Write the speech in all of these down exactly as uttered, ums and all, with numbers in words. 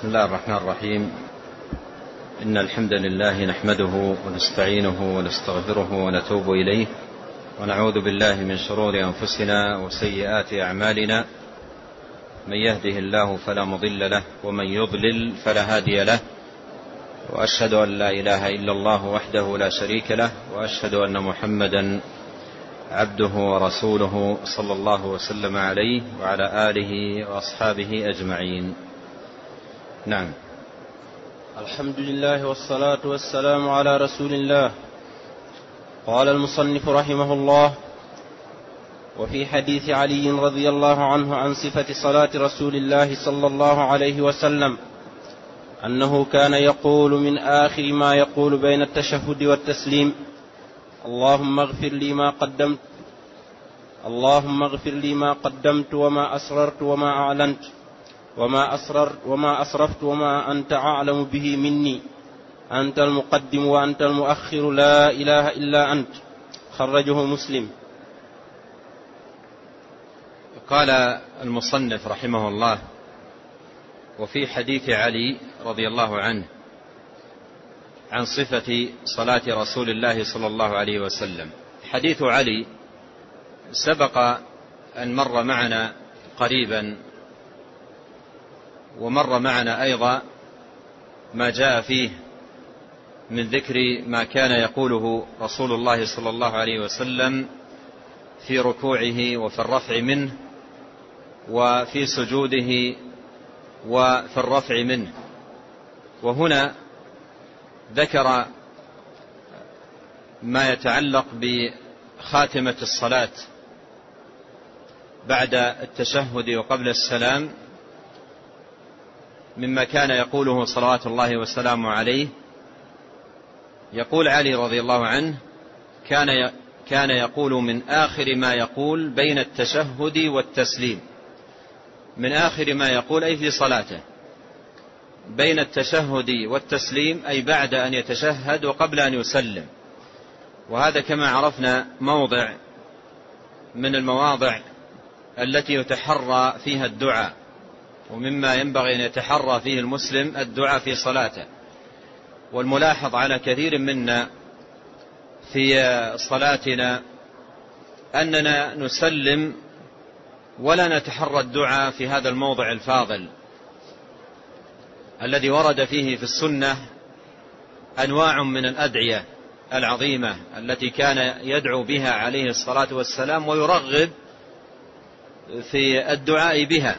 بسم الله الرحمن الرحيم. إن الحمد لله نحمده ونستعينه ونستغفره ونتوب إليه ونعوذ بالله من شرور أنفسنا وسيئات أعمالنا. من يهده الله فلا مضل له ومن يضلل فلا هادي له، وأشهد أن لا إله إلا الله وحده لا شريك له، وأشهد أن محمدا عبده ورسوله صلى الله وسلم عليه وعلى آله وأصحابه أجمعين. نعم. الحمد لله والصلاة والسلام على رسول الله. قال المصنف رحمه الله: وفي حديث علي رضي الله عنه عن صفة صلاة رسول الله صلى الله عليه وسلم أنه كان يقول من آخر ما يقول بين التشهد والتسليم: اللهم اغفر لي ما قدمت اللهم اغفر لي ما قدمت وما أسررت وما أعلنت وما أسرر وما أسرفت وما أنت أعلم به مني، أنت المقدم وأنت المؤخر، لا إله إلا أنت. خرجه مسلم. قال المصنف رحمه الله: وفي حديث علي رضي الله عنه عن صفة صلاة رسول الله صلى الله عليه وسلم. حديث علي سبق أن مر معنا قريبا، ومر معنا أيضا ما جاء فيه من ذكر ما كان يقوله رسول الله صلى الله عليه وسلم في ركوعه وفي الرفع منه وفي سجوده وفي الرفع منه. وهنا ذكر ما يتعلق بخاتمة الصلاة بعد التشهد وقبل السلام مما كان يقوله صلوات الله وسلامه عليه. يقول علي رضي الله عنه: كان كان يقول من آخر ما يقول بين التشهد والتسليم. من آخر ما يقول أي في صلاته، بين التشهد والتسليم أي بعد أن يتشهد وقبل أن يسلم. وهذا كما عرفنا موضع من المواضع التي يتحرى فيها الدعاء، ومما ينبغي أن يتحرى فيه المسلم الدعاء في صلاته. والملاحظ على كثير منا في صلاتنا أننا نسلم ولا نتحرى الدعاء في هذا الموضع الفاضل الذي ورد فيه في السنة أنواع من الأدعية العظيمة التي كان يدعو بها عليه الصلاة والسلام ويرغب في الدعاء بها.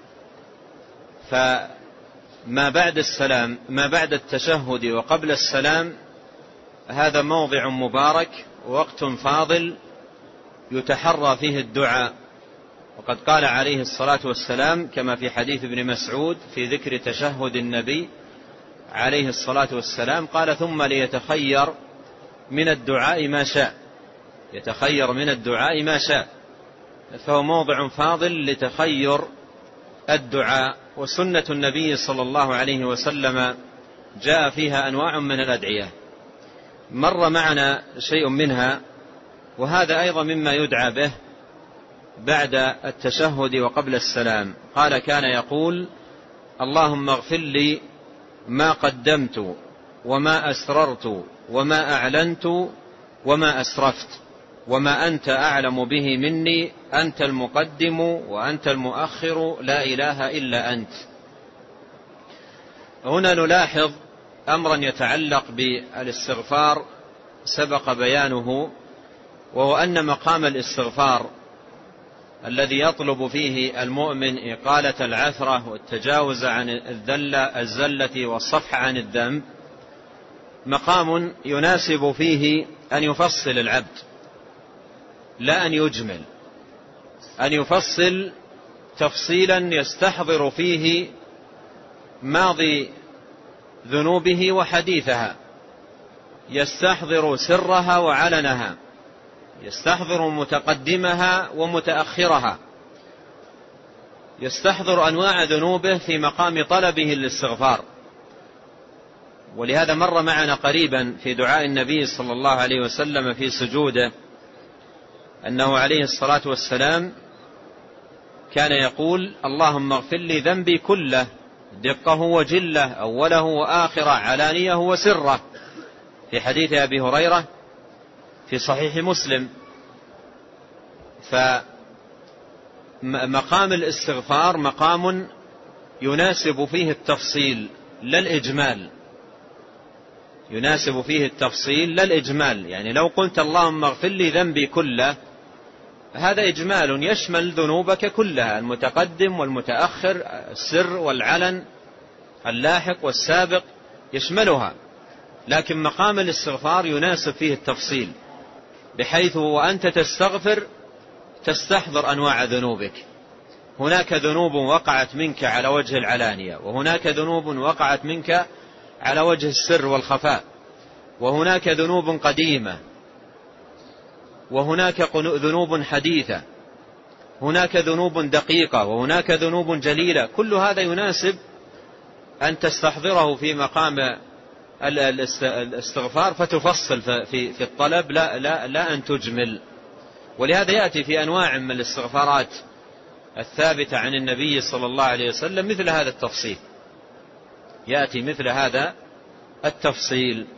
فما بعد السلام ما بعد التشهد وقبل السلام هذا موضع مبارك ووقت فاضل يتحرى فيه الدعاء. وقد قال عليه الصلاة والسلام كما في حديث ابن مسعود في ذكر تشهد النبي عليه الصلاة والسلام، قال: ثم ليتخير من الدعاء ما شاء. يتخير من الدعاء ما شاء، فهو موضع فاضل لتخير الدعاء. وسنة النبي صلى الله عليه وسلم جاء فيها أنواع من الأدعية، مر معنا شيء منها، وهذا أيضا مما يدعى به بعد التشهد وقبل السلام. قال: كان يقول: اللهم اغفر لي ما قدمت وما أسررت وما أعلنت وما أسرفت وما أنت أعلم به مني، أنت المقدم وأنت المؤخر، لا إله إلا أنت. هنا نلاحظ أمرا يتعلق بالاستغفار سبق بيانه، وهو أن مقام الاستغفار الذي يطلب فيه المؤمن إقالة العثرة والتجاوز عن الذلة الزلة والصفح عن الذنب مقام يناسب فيه أن يفصل العبد، لا أن يجمل، أن يفصل تفصيلا يستحضر فيه ماضي ذنوبه وحديثها، يستحضر سرها وعلنها، يستحضر متقدمها ومتأخرها، يستحضر أنواع ذنوبه في مقام طلبه الاستغفار. ولهذا مر معنا قريبا في دعاء النبي صلى الله عليه وسلم في سجوده أنه عليه الصلاة والسلام كان يقول: اللهم اغفر لي ذنبي كله دقه وجله، أوله وآخره، علانيه وسره، في حديث أبي هريرة في صحيح مسلم. فمقام الاستغفار مقام يناسب فيه التفصيل لا الإجمال، يناسب فيه التفصيل لا الإجمال. يعني لو قلت اللهم اغفر لي ذنبي كله، هذا إجمال يشمل ذنوبك كلها، المتقدم والمتأخر، السر والعلن، اللاحق والسابق، يشملها. لكن مقام الاستغفار يناسب فيه التفصيل، بحيث وأنت تستغفر تستحضر أنواع ذنوبك. هناك ذنوب وقعت منك على وجه العلانية، وهناك ذنوب وقعت منك على وجه السر والخفاء، وهناك ذنوب قديمة، وهناك ذنوب حديثة، هناك ذنوب دقيقة، وهناك ذنوب جليلة. كل هذا يناسب أن تستحضره في مقام الاستغفار، فتفصل في في الطلب، لا لا لا أن تجمل. ولهذا يأتي في أنواع من الاستغفارات الثابتة عن النبي صلى الله عليه وسلم مثل هذا التفصيل، يأتي مثل هذا التفصيل.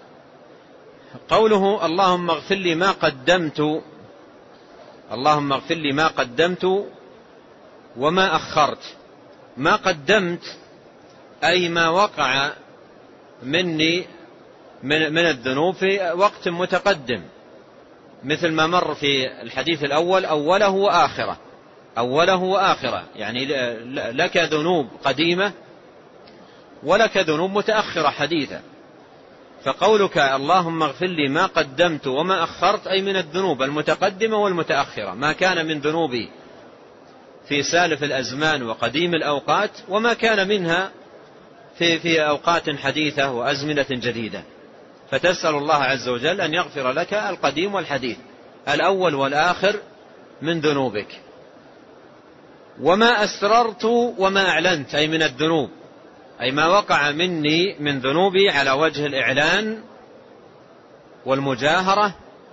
قوله اللهم اغفر لي ما قدمت، اللهم اغفر لي ما قدمت وما أخرت. ما قدمت أي ما وقع مني من, من الذنوب في وقت متقدم، مثل ما مر في الحديث الأول، أوله وآخره، أوله وآخره، يعني لك ذنوب قديمة ولك ذنوب متأخرة حديثة. فقولك اللهم اغفر لي ما قدمت وما أخرت أي من الذنوب المتقدمة والمتأخرة، ما كان من ذنوبي في سالف الأزمان وقديم الأوقات، وما كان منها في, في أوقات حديثة وأزمنة جديدة. فتسأل الله عز وجل أن يغفر لك القديم والحديث، الأول والآخر من ذنوبك. وما أسررت وما أعلنت أي من الذنوب، أي ما وقع مني من ذنوبي على وجه الإعلان والمجاهرة،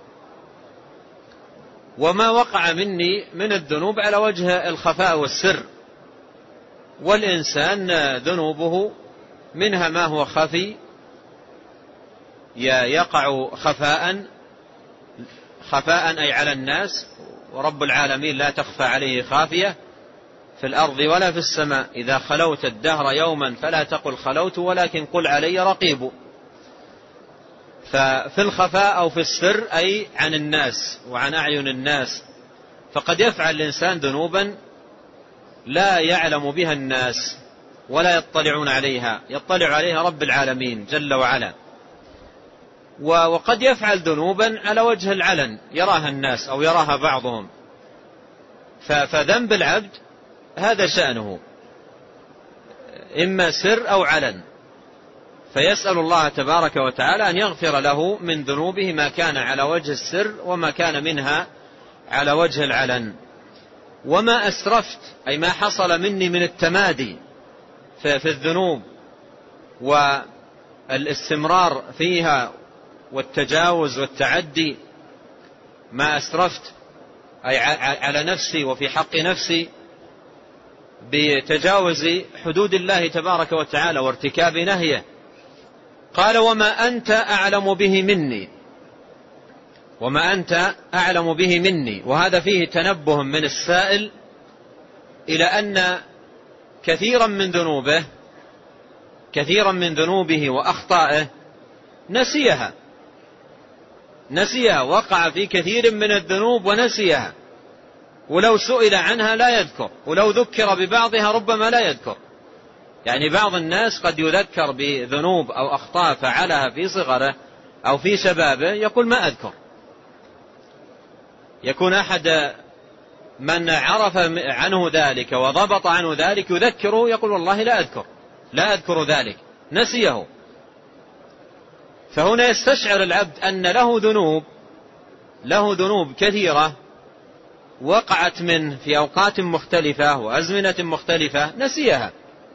وما وقع مني من الذنوب على وجه الخفاء والسر. والإنسان ذنوبه منها ما هو خفي، يقع خفاء، خفاء أي على الناس، ورب العالمين لا تخفى عليه خافية في الأرض ولا في السماء. إذا خلوت الدهر يوما فلا تقل خلوت، ولكن قل علي رقيب. ففي الخفاء أو في السر أي عن الناس وعن أعين الناس. فقد يفعل الإنسان ذنوبا لا يعلم بها الناس ولا يطلعون عليها، يطلع عليها رب العالمين جل وعلا. وقد يفعل ذنوبا على وجه العلن يراها الناس أو يراها بعضهم. فذنب العبد هذا شأنه، إما سر أو علن، فيسأل الله تبارك وتعالى أن يغفر له من ذنوبه ما كان على وجه السر وما كان منها على وجه العلن. وما أسرفت أي ما حصل مني من التمادي في الذنوب والاستمرار فيها والتجاوز والتعدي. ما أسرفت أي على نفسي وفي حق نفسي بتجاوز حدود الله تبارك وتعالى وارتكاب نهيه. قال وما أنت أعلم به مني، وما أنت أعلم به مني. وهذا فيه تنبه من السائل إلى أن كثيرا من ذنوبه كثيرا من ذنوبه وأخطائه نسيها نسيها وقع في كثير من الذنوب ونسيها، ولو سئل عنها لا يذكر، ولو ذكر ببعضها ربما لا يذكر. يعني بعض الناس قد يذكر بذنوب أو أخطاء فعلها في صغره أو في شبابه يقول ما أذكر. يكون أحد من عرف عنه ذلك وضبط عنه ذلك يذكره يقول والله لا أذكر لا أذكر ذلك، نسيه. فهنا يستشعر العبد أن له ذنوب له ذنوب كثيرة وقعت منه في أوقات مختلفة وأزمنة مختلفة نسيها.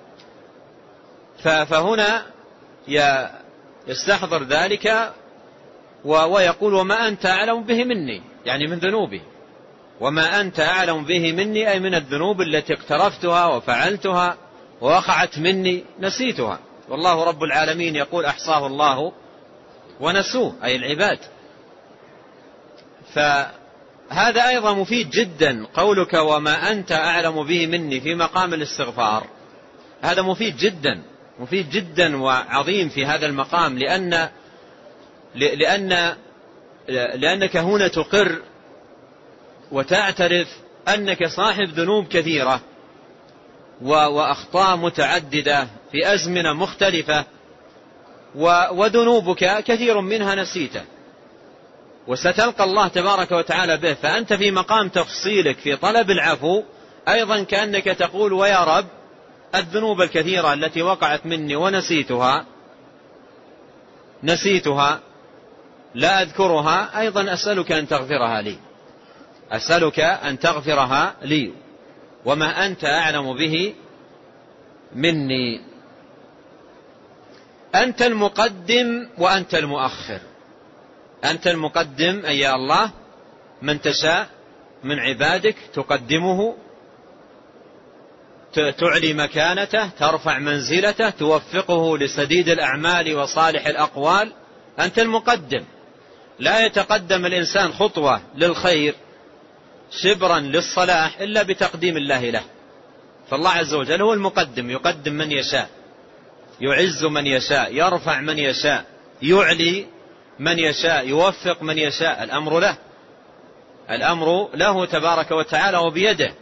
فهنا يستحضر ذلك ويقول وما أنت أعلم به مني، يعني من ذنوبي. وما أنت أعلم به مني أي من الذنوب التي اقترفتها وفعلتها ووقعت مني نسيتها. والله رب العالمين يقول أحصاه الله ونسوه، أي العباد. فهذا أيضا مفيد جدا، قولك وما أنت أعلم به مني في مقام الاستغفار، هذا مفيد جدا، مفيد جدا وعظيم في هذا المقام، لأن لأن لأنك هنا تقر وتعترف أنك صاحب ذنوب كثيرة وأخطاء متعددة في أزمنة مختلفة، وذنوبك كثير منها نسيته، وستلقى الله تبارك وتعالى به. فأنت في مقام تفصيلك في طلب العفو أيضا كأنك تقول ويا رب الذنوب الكثيرة التي وقعت مني ونسيتها نسيتها لا أذكرها، أيضا أسألك أن تغفرها لي، أسألك أن تغفرها لي، وما أنت أعلم به مني. أنت المقدم وأنت المؤخر. أنت المقدم أي يا الله، من تشاء من عبادك تقدمه، تعلي مكانته، ترفع منزلته، توفقه لسديد الأعمال وصالح الأقوال. أنت المقدم. لا يتقدم الإنسان خطوة للخير شبرا للصلاح إلا بتقديم الله له. فالله عز وجل هو المقدم، يقدم من يشاء، يعز من يشاء، يرفع من يشاء، يعلي من يشاء، يوفق من يشاء. الأمر له، الأمر له تبارك وتعالى وبيده.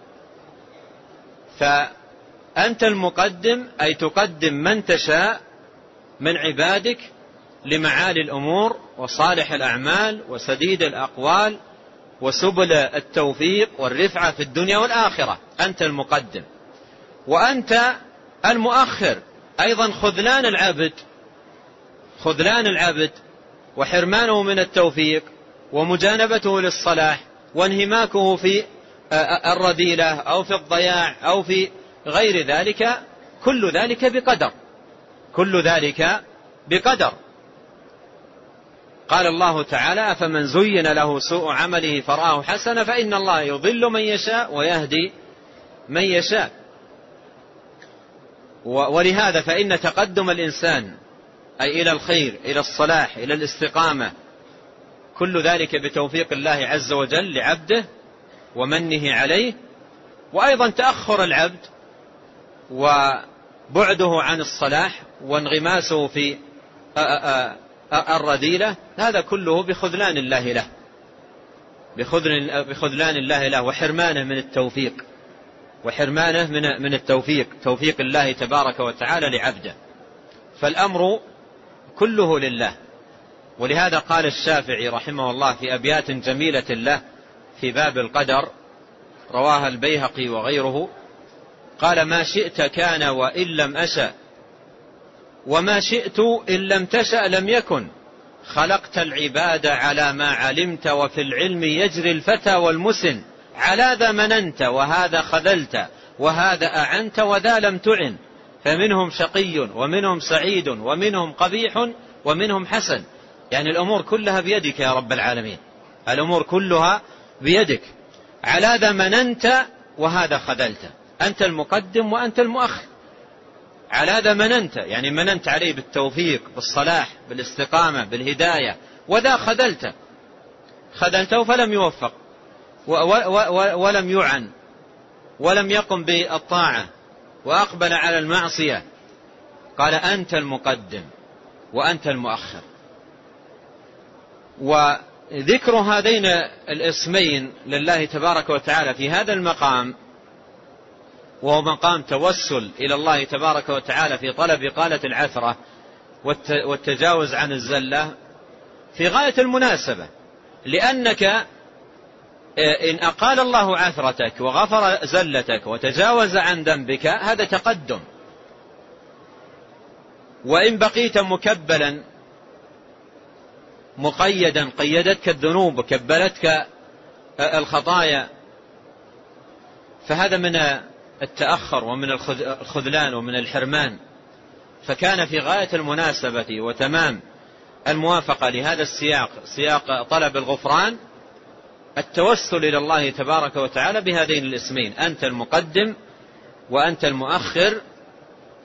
فأنت المقدم أي تقدم من تشاء من عبادك لمعالي الأمور وصالح الأعمال وسديد الأقوال وسبل التوفيق والرفعة في الدنيا والآخرة. أنت المقدم. وأنت المؤخر أيضا، خذلان العبد خذلان العبد وحرمانه من التوفيق ومجانبته للصلاح وانهماكه في الرذيلة أو في الضياع أو في غير ذلك، كل ذلك بقدر، كل ذلك بقدر. قال الله تعالى فمن زين له سوء عمله فرآه حسنا فإن الله يضل من يشاء ويهدي من يشاء. ولهذا فإن تقدم الإنسان أي إلى الخير، إلى الصلاح، إلى الاستقامة، كل ذلك بتوفيق الله عز وجل لعبده ومنه عليه. وأيضا تأخر العبد وبعده عن الصلاح وانغماسه في الرذيلة، هذا كله بخذلان الله له، بخذلان الله له وحرمانه من التوفيق، وحرمانه من من التوفيق، توفيق الله تبارك وتعالى لعبده. فالأمر كله لله. ولهذا قال الشافعي رحمه الله في أبيات جميلة له في باب القدر، رواها البيهقي وغيره، قال ما شئت كان وإن لم أشأ، وما شئت إن لم تشأ لم يكن، خلقت العباد على ما علمت، وفي العلم يجري الفتى والمسن، على ذا مننت وهذا خذلت، وهذا أعنت وذا لم تعن، فمنهم شقي ومنهم سعيد ومنهم قبيح ومنهم حسن. يعني الأمور كلها بيدك يا رب العالمين، الأمور كلها بيدك. على ذا مننت وهذا خذلت، أنت المقدم وأنت المؤخر. على ذا مننت يعني مننت عليه بالتوفيق، بالصلاح، بالاستقامة، بالهداية، وذا خذلت، خذلته فلم يوفق ولم يعن ولم يقم بالطاعة وأقبل على المعصية. قال أنت المقدم وأنت المؤخر. وذكر هذين الاسمين لله تبارك وتعالى في هذا المقام، وهو مقام توسل إلى الله تبارك وتعالى في طلب إقالة العثرة والتجاوز عن الزلة، في غاية المناسبة، لأنك إن أقال الله عثرتك وغفر زلتك وتجاوز عن ذنبك هذا تقدم. وإن بقيت مكبلا مقيدا، قيدتك الذنوب وكبلتك الخطايا، فهذا من التأخر ومن الخذلان ومن الحرمان. فكان في غاية المناسبة وتمام الموافقة لهذا السياق، سياق طلب الغفران، التوسل إلى الله تبارك وتعالى بهذين الاسمين، أنت المقدم وأنت المؤخر،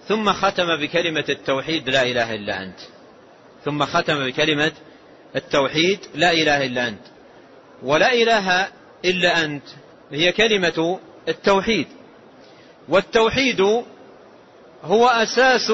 ثم ختم بكلمة التوحيد لا إله إلا أنت، ثم ختم بكلمة التوحيد لا إله إلا أنت. ولا إله إلا أنت هي كلمة التوحيد، والتوحيد هو أساس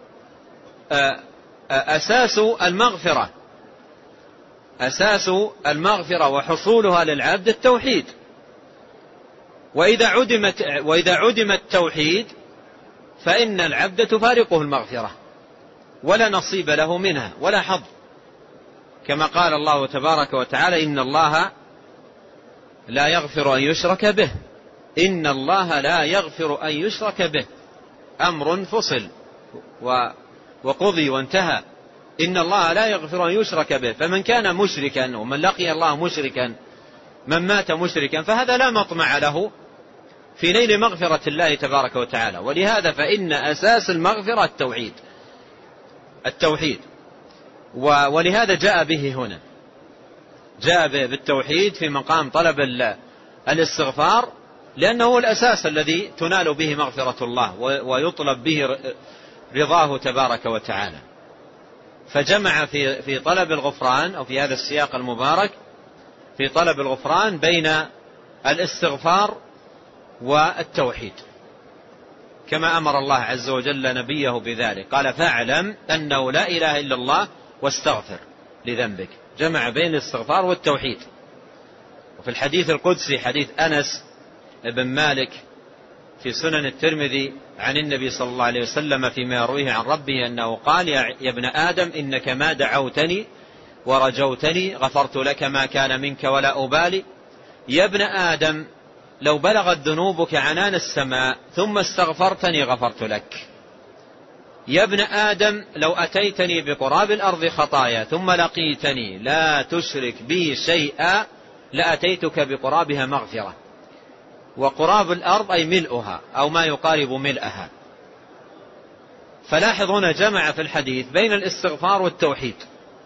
أساس المغفرة، أساس المغفرة وحصولها للعبد التوحيد. وإذا عدمت وإذا عدم التوحيد فإن العبد تفارقه المغفرة ولا نصيب له منها ولا حظ، كما قال الله تبارك وتعالى: إن الله لا يغفر أن يشرك به، إن الله لا يغفر أن يشرك به، أمر فصل وقضي وانتهى. إن الله لا يغفر أن يشرك به، فمن كان مشركا ومن لقي الله مشركا، من مات مشركا، فهذا لا مطمع له في نيل مغفرة الله تبارك وتعالى. ولهذا فإن أساس المغفرة التوحيد التوحيد ولهذا جاء به هنا، جاء بالتوحيد في مقام طلب الاستغفار، لأنه هو الأساس الذي تنال به مغفرة الله ويطلب به رضاه تبارك وتعالى. فجمع في في طلب الغفران، أو في هذا السياق المبارك في طلب الغفران، بين الاستغفار والتوحيد، كما أمر الله عز وجل نبيه بذلك، قال: فاعلم أنه لا إله إلا الله واستغفر لذنبك. جمع بين الاستغفار والتوحيد. وفي الحديث القدسي، حديث أنس بن مالك في سنن الترمذي عن النبي صلى الله عليه وسلم فيما يرويه عن ربه أنه قال: يا ابن آدم إنك ما دعوتني ورجوتني غفرت لك ما كان منك ولا أبالي. يا ابن آدم لو بلغت ذنوبك عنان السماء ثم استغفرتني غفرت لك. يا ابن آدم لو أتيتني بقراب الأرض خطايا ثم لقيتني لا تشرك بي شيئا لأتيتك بقرابها مغفرة. وقراب الأرض أي ملؤها أو ما يقارب ملئها. فلاحظ هنا جمع في الحديث بين الاستغفار والتوحيد،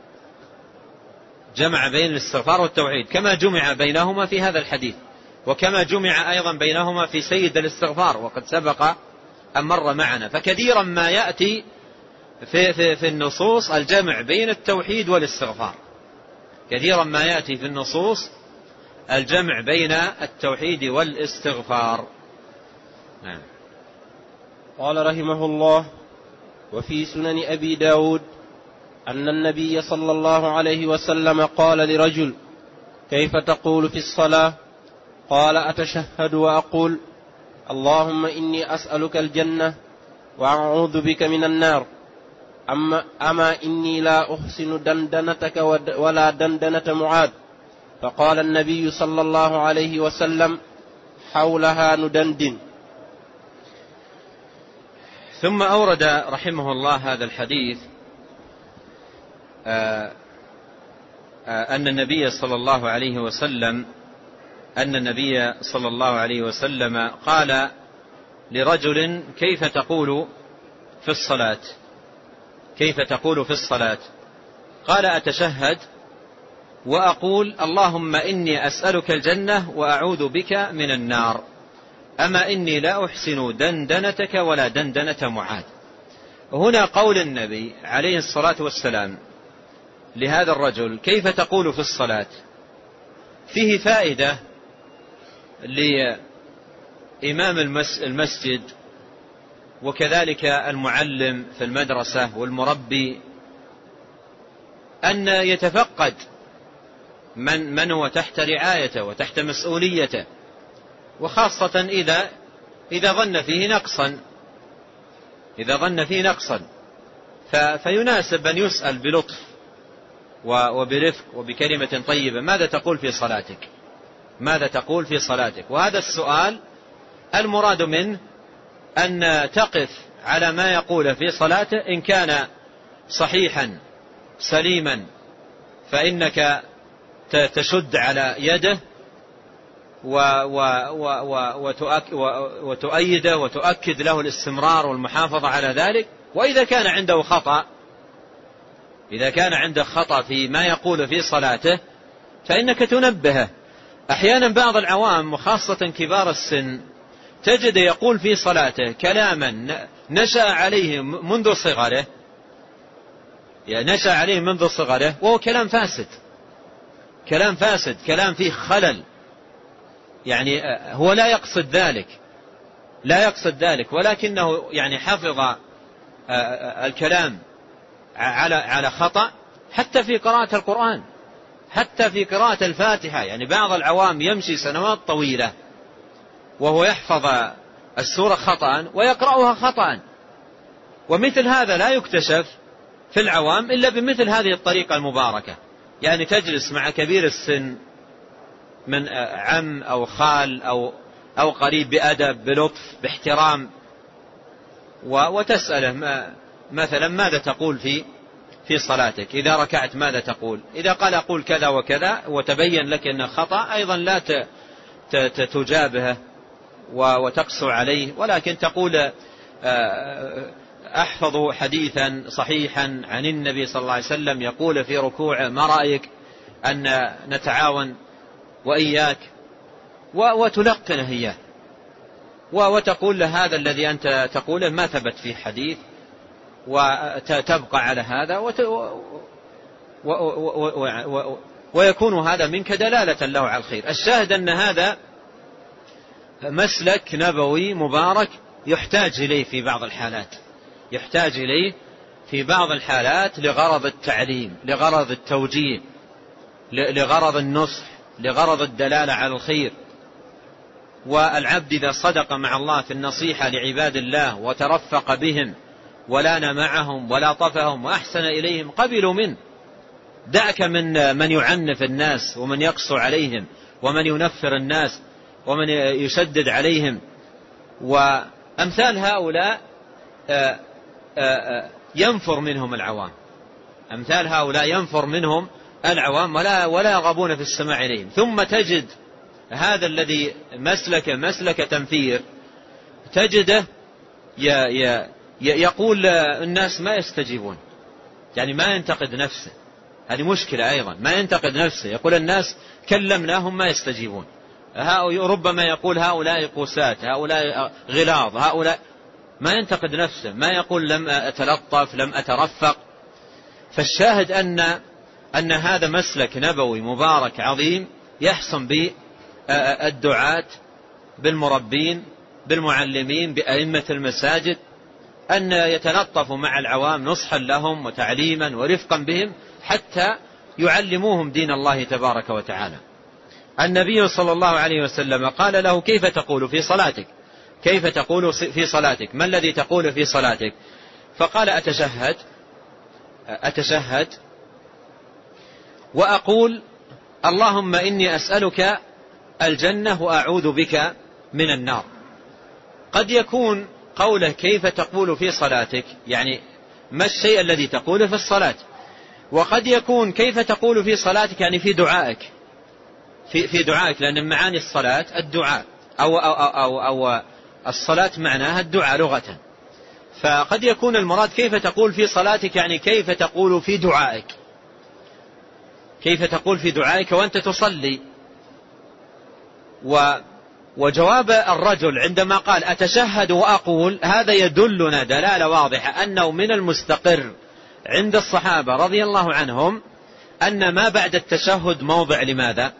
جمع بين الاستغفار والتوحيد كما جمع بينهما في هذا الحديث، وكما جمع أيضا بينهما في سيد الاستغفار، وقد سبق أن مر معنا. فكثيرا ما يأتي في, في, في النصوص الجمع بين التوحيد والاستغفار، كثيرا ما يأتي في النصوص الجمع بين التوحيد والاستغفار. نعم. قال رحمه الله: وفي سنن أبي داود أن النبي صلى الله عليه وسلم قال لرجل: كيف تقول في الصلاة؟ قال: أتشهد وأقول اللهم إني أسألك الجنة وأعوذ بك من النار، أما, أما إني لا أحسن دندنتك ولا دندنة معاذ. فقال النبي صلى الله عليه وسلم: حولها ندندن. ثم أورد رحمه الله هذا الحديث آآ آآ أن النبي صلى الله عليه وسلم أن النبي صلى الله عليه وسلم قال لرجل: كيف تقول في الصلاة؟ كيف تقول في الصلاة؟ قال: أتشهد وأقول اللهم إني أسألك الجنة وأعوذ بك من النار، أما إني لا أحسن دندنتك ولا دندنة معاذ. هنا قول النبي عليه الصلاة والسلام لهذا الرجل: كيف تقول في الصلاة؟ فيه فائدة لإمام المسجد وكذلك المعلم في المدرسة والمربي أن يتفقد من, من هو تحت رعايته وتحت مسؤوليته، وخاصة إذا, إذا ظن فيه نقصا إذا ظن فيه نقصا فيناسب أن يسأل بلطف وبرفق وبكلمة طيبة: ماذا تقول في صلاتك؟ ماذا تقول في صلاتك؟ وهذا السؤال المراد منه أن تقف على ما يقول في صلاته، إن كان صحيحا سليما فإنك تشد على يده وتؤيده وتؤكد له الاستمرار والمحافظة على ذلك. وإذا كان عنده خطأ إذا كان عنده خطأ في ما يقول في صلاته فإنك تنبهه. أحيانا بعض العوام وخاصة كبار السن تجد يقول في صلاته كلاما نشأ عليه منذ صغره، يعني نشأ عليه منذ صغره، وهو كلام فاسد، كلام فاسد، كلام فيه خلل. يعني هو لا يقصد ذلك، لا يقصد ذلك، ولكنه يعني حفظ الكلام على على خطأ. حتى في قراءة القرآن، حتى في قراءة الفاتحة، يعني بعض العوام يمشي سنوات طويلة وهو يحفظ السورة خطأ ويقرأها خطأ، ومثل هذا لا يكتشف في العوام إلا بمثل هذه الطريقة المباركة. يعني تجلس مع كبير السن من عم أو خال أو أو قريب بأدب بلطف باحترام، وتسأله ما مثلا ماذا تقول في في صلاتك، إذا ركعت ماذا تقول، إذا قال أقول كذا وكذا وتبين لك أنه خطأ، أيضا لا تجابهه وتقسو عليه، ولكن تقول أحفظ حديثا صحيحا عن النبي صلى الله عليه وسلم يقول في ركوع ما رأيك أن نتعاون وإياك، وتلقنه إياه، وتقول له هذا الذي أنت تقوله ما ثبت في حديث، وتبقى على هذا ويكون هذا منك دلالة له على الخير. الشاهد أن هذا مسلك نبوي مبارك يحتاج إليه في بعض الحالات، يحتاج إليه في بعض الحالات لغرض التعليم، لغرض التوجيه، لغرض النصح، لغرض الدلالة على الخير. والعبد إذا صدق مع الله في النصيحة لعباد الله وترفق بهم ولان معهم ولاطفهم وأحسن إليهم قبلوا منه. دعك من من يعنف الناس ومن يقسو عليهم ومن ينفر الناس ومن يشدد عليهم، وأمثال هؤلاء ينفر منهم العوام، أمثال هؤلاء ينفر منهم العوام ولا ولا يرغبون في السماع إليهم. ثم تجد هذا الذي مسلك مسلك تنفير تجده يقول الناس ما يستجيبون، يعني ما ينتقد نفسه، هذه مشكلة أيضا، ما ينتقد نفسه، يقول الناس كلمناهم ما يستجيبون، ربما يقول هؤلاء قساة، هؤلاء غلاظ، هؤلاء، ما ينتقد نفسه، ما يقول لم أتلطف لم أترفق. فالشاهد أن أن هذا مسلك نبوي مبارك عظيم يحسن بالدعاة بالمربين بالمعلمين بأئمة المساجد أن يتلطفوا مع العوام نصحا لهم وتعليما ورفقا بهم حتى يعلموهم دين الله تبارك وتعالى. النبي صلى الله عليه وسلم قال له كيف تقول في صلاتك، كيف تقول في صلاتك، ما الذي تقول في صلاتك؟ فقال أتشهد أتشهد وأقول اللهم إني أسألك الجنة وأعوذ بك من النار. قد يكون قوله كيف تقول في صلاتك يعني ما الشيء الذي تقوله في الصلاة، وقد يكون كيف تقول في صلاتك يعني في دعائك، في في دعائك، لأن معاني الصلاة الدعاء أو أو أو, أو الصلاة معناها الدعاء لغة، فقد يكون المراد كيف تقول في صلاتك يعني كيف تقول في دعائك، كيف تقول في دعائك وأنت تصلي. و وجواب الرجل عندما قال أتشهد وأقول هذا يدلنا دلالة واضحة أنه من المستقر عند الصحابة رضي الله عنهم أن ما بعد التشهد موضع لماذا؟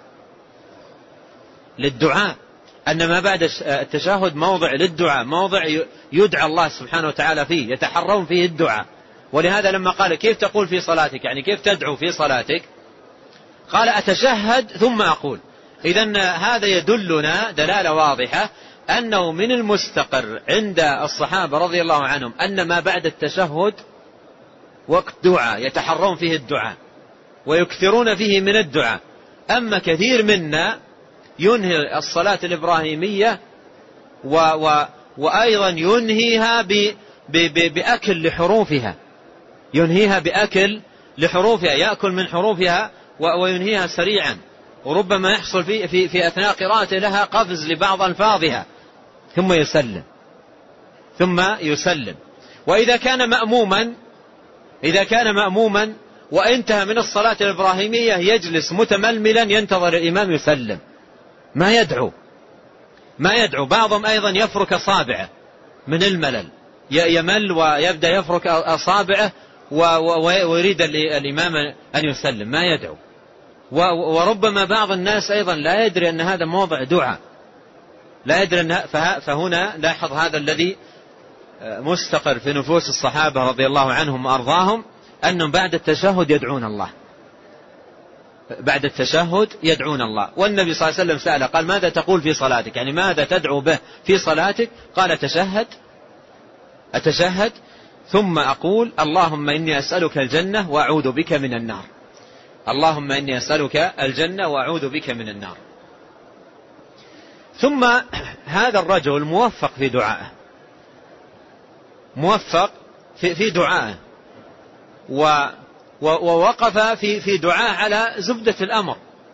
للدعاء، أن ما بعد التشهد موضع للدعاء، موضع يدعى الله سبحانه وتعالى فيه، يتحرون فيه الدعاء. ولهذا لما قال كيف تقول في صلاتك يعني كيف تدعو في صلاتك، قال أتشهد ثم أقول. إذن هذا يدلنا دلالة واضحة أنه من المستقر عند الصحابة رضي الله عنهم أن ما بعد التشهد وقت دعاء يتحرون فيه الدعاء ويكثرون فيه من الدعاء. أما كثير منا ينهي الصلاة الإبراهيمية و و وأيضا ينهيها ب ب ب بأكل لحروفها، ينهيها بأكل لحروفها، يأكل من حروفها وينهيها سريعا، وربما يحصل في, في, في أثناء قراءته لها قفز لبعض ألفاظها ثم يسلم ثم يسلم. وإذا كان مأموما إذا كان مأموما وانتهى من الصلاة الإبراهيمية يجلس متململا ينتظر الإمام يسلم، ما يدعو ما يدعو بعضهم أيضا يفرك صابعه من الملل، يمل ويبدأ يفرك أصابعه ويريد الإمام أن يسلم ما يدعو. وربما بعض الناس أيضا لا يدري أن هذا موضع دعاء، لا يدري أن فهنا لاحظ هذا الذي مستقر في نفوس الصحابة رضي الله عنهم وأرضاهم، أنهم بعد التشهد يدعون الله، بعد التشهد يدعون الله. والنبي صلى الله عليه وسلم سأله قال ماذا تقول في صلاتك، يعني ماذا تدعو به في صلاتك؟ قال تشهد أتشهد ثم أقول اللهم إني أسألك الجنة وأعوذ بك من النار، اللهم إني أسألك الجنة وأعوذ بك من النار. ثم هذا الرجل موفق في دعائه، موفق في في دعائه ووقف في في دعاء على زبدة الأمر،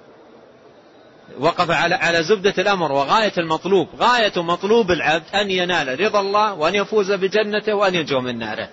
وقف على على زبدة الأمر وغاية المطلوب. غاية مطلوب العبد أن ينال رضا الله وأن يفوز بجنته وأن ينجو من ناره.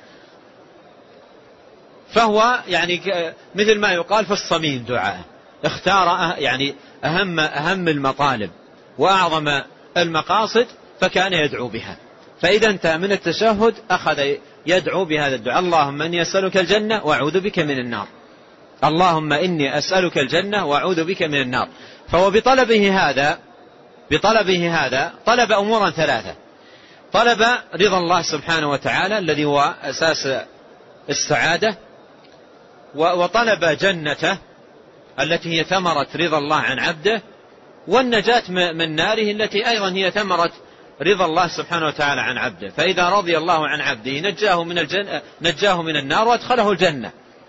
فهو يعني مثل ما يقال في الصميم دعاء، اختار يعني أهم أهم المطالب وأعظم المقاصد فكان يدعو بها. فإذا انتهى من التشهد أخذ يدعو بهذا الدعاء، اللهم إني أسألك الجنة وأعوذ بك من النار، اللهم إني أسألك الجنة وأعوذ بك من النار. فهو بطلبه هذا بطلبه هذا طلب أمورا ثلاثة: طلب رضا الله سبحانه وتعالى الذي هو أساس السعادة، وطلب جنته التي هي ثمرة رضا الله عن عبده، والنجاة من ناره التي أيضا هي ثمرة رضا الله سبحانه وتعالى عن عبده. فإذا رضي الله عن عبده نجاه من الجنة نجاه من النار وادخله الجنة.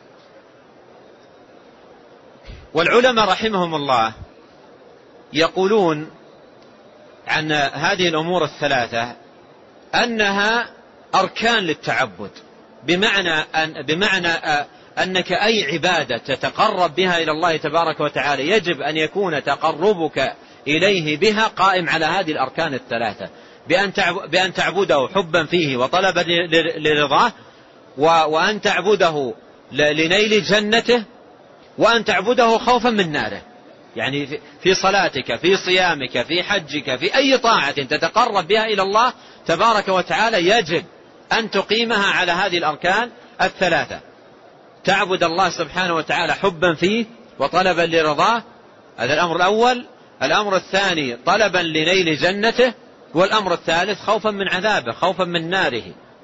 والعلماء رحمهم الله يقولون عن هذه الأمور الثلاثة أنها أركان للتعبد، بمعنى أن بمعنى أنك أي عبادة تتقرب بها إلى الله تبارك وتعالى يجب أن يكون تقربك إليه بها قائم على هذه الأركان الثلاثة، بأن تعبده حبا فيه وطلبا لرضاه، وأن تعبده لنيل جنته، وأن تعبده خوفا من ناره. يعني في صلاتك، في صيامك، في حجك، في أي طاعة تتقرب بها إلى الله تبارك وتعالى يجب أن تقيمها على هذه الأركان الثلاثة: تعبد الله سبحانه وتعالى حبا فيه وطلبا لرضاه، هذا الأمر الأول. الأمر الثاني طلبا لنيل جنته، والأمر الثالث خوفا من عذابه، خوفا من ناره.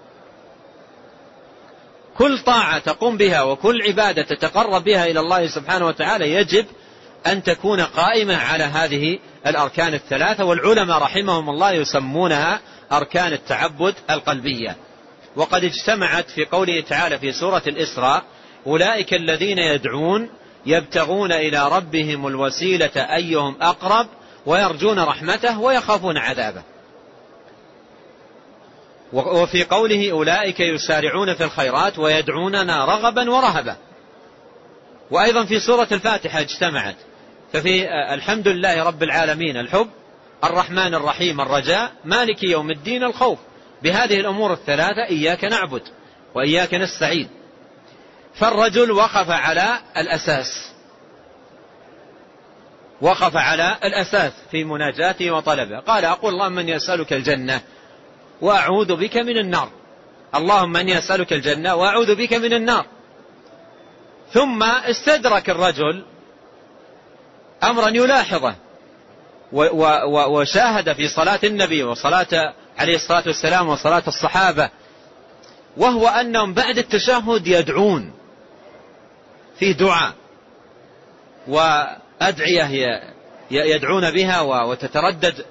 كل طاعة تقوم بها وكل عبادة تتقرب بها إلى الله سبحانه وتعالى يجب أن تكون قائمة على هذه الأركان الثلاثة، والعلماء رحمهم الله يسمونها أركان التعبد القلبية. وقد اجتمعت في قوله تعالى في سورة الإسراء: أولئك الذين يدعون يبتغون إلى ربهم الوسيلة أيهم أقرب ويرجون رحمته ويخافون عذابه. وفي قوله: أولئك يسارعون في الخيرات ويدعوننا رغبا ورهبا. وأيضا في سورة الفاتحة اجتمعت، ففي الحمد لله رب العالمين الحب، الرحمن الرحيم الرجاء، مالك يوم الدين الخوف. بهذه الأمور الثلاثة إياك نعبد وإياك نستعين. فالرجل وقف على الأساس، وقف على الأساس في مناجاته وطلبه. قال: أقول اللهم إني أسألك الجنة وأعوذ بك من النار، اللهم إني أسألك الجنة وأعوذ بك من النار. ثم استدرك الرجل أمرا يلاحظه وشاهد في صلاة النبي وصلاة عليه الصلاة والسلام وصلاة الصحابة، وهو أنهم بعد التشهد يدعون في دعاء وأدعية يدعون بها وتتردد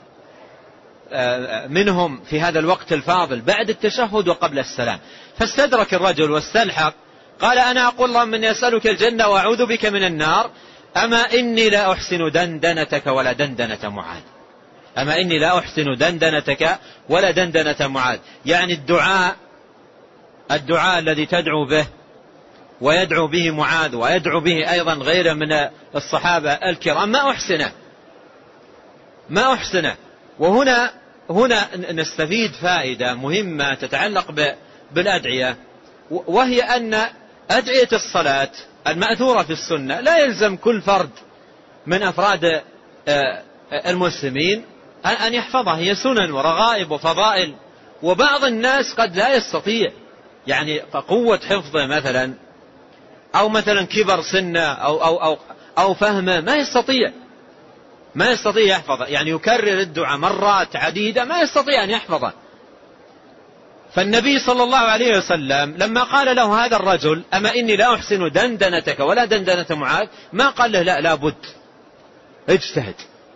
منهم في هذا الوقت الفاضل بعد التشهد وقبل السلام. فاستدرك الرجل واستلحق، قال: أنا أقول اللهم إني أسألك الجنة وأعوذ بك من النار، أما إني لا أحسن دندنتك ولا دندنة معاذ، أما إني لا أحسن دندنتك ولا دندنة معاذ. يعني الدعاء الدعاء الذي تدعو به ويدعو به معاذ ويدعو به أيضا غيره من الصحابة الكرام ما أحسنه ما أحسنه. وهنا هنا نستفيد فائدة مهمة تتعلق بالأدعية، وهي أن أدعية الصلاة المأثورة في السنة لا يلزم كل فرد من أفراد المسلمين أن يحفظها، هي سنن ورغائب وفضائل وبعض الناس قد لا يستطيع، يعني قوة حفظه مثلا أو مثلا كبر سنه أو, أو, أو, أو فهمه ما يستطيع ما يستطيع يحفظه، يعني يكرر الدعاء مرات عديدة ما يستطيع أن يحفظه. فالنبي صلى الله عليه وسلم لما قال له هذا الرجل أما إني لا أحسن دندنتك ولا دندنة معاذ، ما قال له لا لابد اجتهد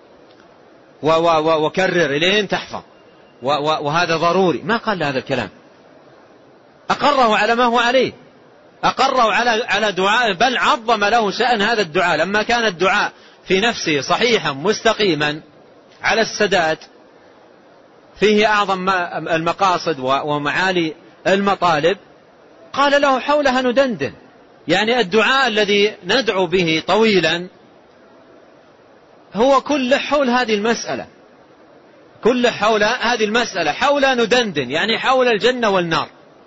وكرر إلين تحفظ وهذا ضروري، ما قال له هذا الكلام، أقره على ما هو عليه، أقره على على دعاء، بل عظم له شأن هذا الدعاء لما كان الدعاء في نفسه صحيحا مستقيما على السداد فيه أعظم المقاصد ومعالي المطالب، قال له حولها ندندن. يعني الدعاء الذي ندعو به طويلا هو كل حول هذه المسألة، كل حول هذه المسألة حول ندندن، يعني حول الجنة والنار.